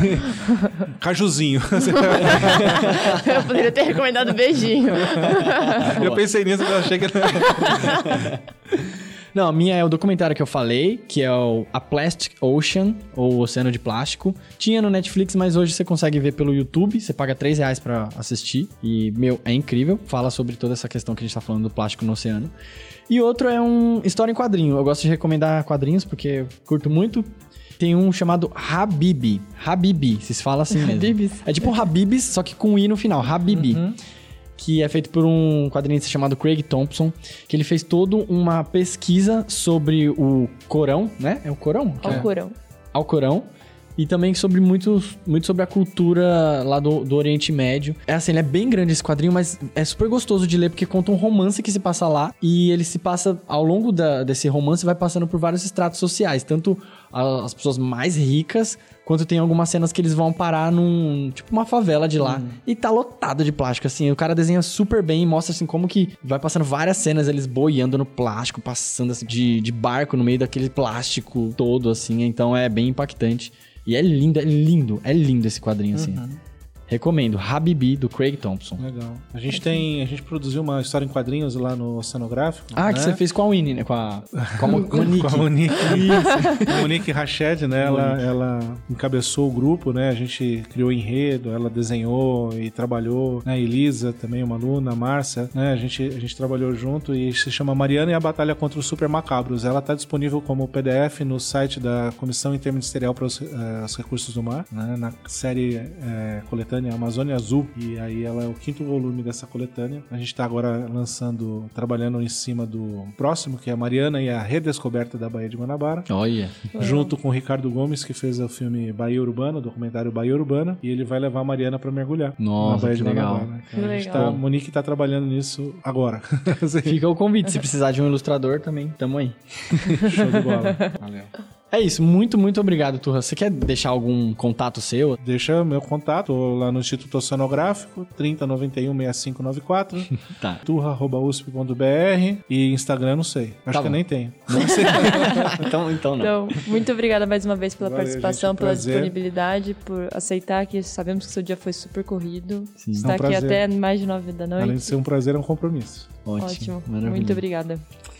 Cajuzinho. Eu poderia ter recomendado beijinho. Eu pensei nisso, mas eu achei que... Não, a minha é o documentário que eu falei, que é o A Plastic Ocean, ou Oceano de Plástico. Tinha no Netflix, mas hoje você consegue ver pelo YouTube. Você paga três reais pra assistir. E, meu, é incrível. Fala sobre toda essa questão que a gente tá falando do plástico no oceano. E outro é um história em quadrinho. Eu gosto de recomendar quadrinhos, porque eu curto muito. Tem um chamado Habibi. Habibi, se fala assim mesmo. Habibis. É tipo um Habibis, só que com I no final. Habibi. Uhum. que é feito por um quadrinista chamado Craig Thompson, que ele fez toda uma pesquisa sobre o Corão, né? É o Corão? Alcorão. Alcorão. E também sobre muito, muito sobre a cultura lá do, do Oriente Médio. É assim, ele é bem grande esse quadrinho, mas é super gostoso de ler, porque conta um romance que se passa lá. E ele se passa, ao longo da, desse romance, vai passando por vários estratos sociais. Tanto a, as pessoas mais ricas, quanto tem algumas cenas que eles vão parar num... tipo uma favela de lá. Hum. E tá lotado de plástico, assim. O cara desenha super bem e mostra, assim, como que vai passando várias cenas, eles boiando no plástico, passando, assim, de, de barco no meio daquele plástico todo, assim. Então é bem impactante. E é lindo, é lindo, é lindo esse quadrinho, assim. Uhum. Recomendo. Habibi, do Craig Thompson. Legal. A gente tem... A gente produziu uma história em quadrinhos lá no Oceanográfico. Ah, né? Que você fez com a Winnie, né? Com a... Com a Monique. Com a Monique. Isso. A Monique Rached, né? Ela, ela encabeçou o grupo, né? A gente criou enredo, ela desenhou e trabalhou, né? Elisa, também uma aluna, a Márcia, né? A gente, a gente trabalhou junto e se chama Mariana e a Batalha contra os Super Macabros. Ela tá disponível como P D F no site da Comissão Interministerial para os, uh, os Recursos do Mar, né? Na série uh, coletânea Amazônia Azul, e aí ela é o quinto volume dessa coletânea. A gente tá agora lançando, trabalhando em cima do próximo, que é a Mariana e a Redescoberta da Baía de Guanabara. Olha! Junto com o Ricardo Gomes, que fez o filme Baía Urbana, o documentário Baía Urbana, e ele vai levar a Mariana pra mergulhar. Nossa, na Baía que de legal. Guanabara. Então, a, gente tá, a Monique tá trabalhando nisso agora. Fica o convite, se precisar de um ilustrador também, tamo aí. Show de bola. Valeu. É isso, muito, muito obrigado, Turra. Você quer deixar algum contato seu? Deixa meu contato lá no Instituto Oceanográfico, trinta, noventa e um, sessenta e cinco, noventa e quatro. Tá. turra arroba u s p ponto b r. E Instagram, não sei. Acho Tá que eu bom. nem tenho. Não sei. então, então não. Então, muito obrigada mais uma vez pela Valeu, participação, gente, um pela prazer. disponibilidade, por aceitar que sabemos que seu dia foi super corrido. Sim. Está É um aqui prazer. até mais de nove da noite. Além de ser um prazer, é um compromisso. Ótimo. Ótimo. Maravilha. Muito obrigada.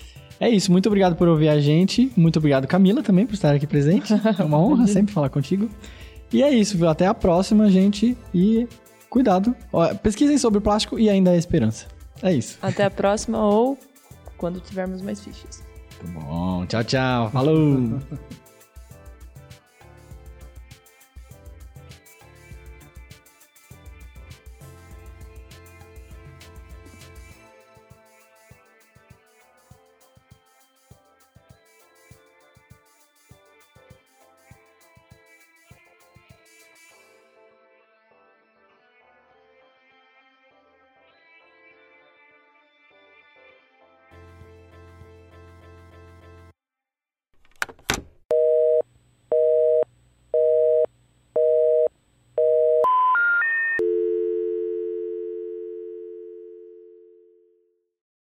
É isso, muito obrigado por ouvir a gente. Muito obrigado, Camila, também, por estar aqui presente. É uma honra sempre falar contigo. E é isso, viu? Até a próxima, gente. E cuidado. Ó, pesquisem sobre o plástico e ainda a esperança. É isso. Até a próxima ou quando tivermos mais fichas. Tá bom. Tchau, tchau. Falou.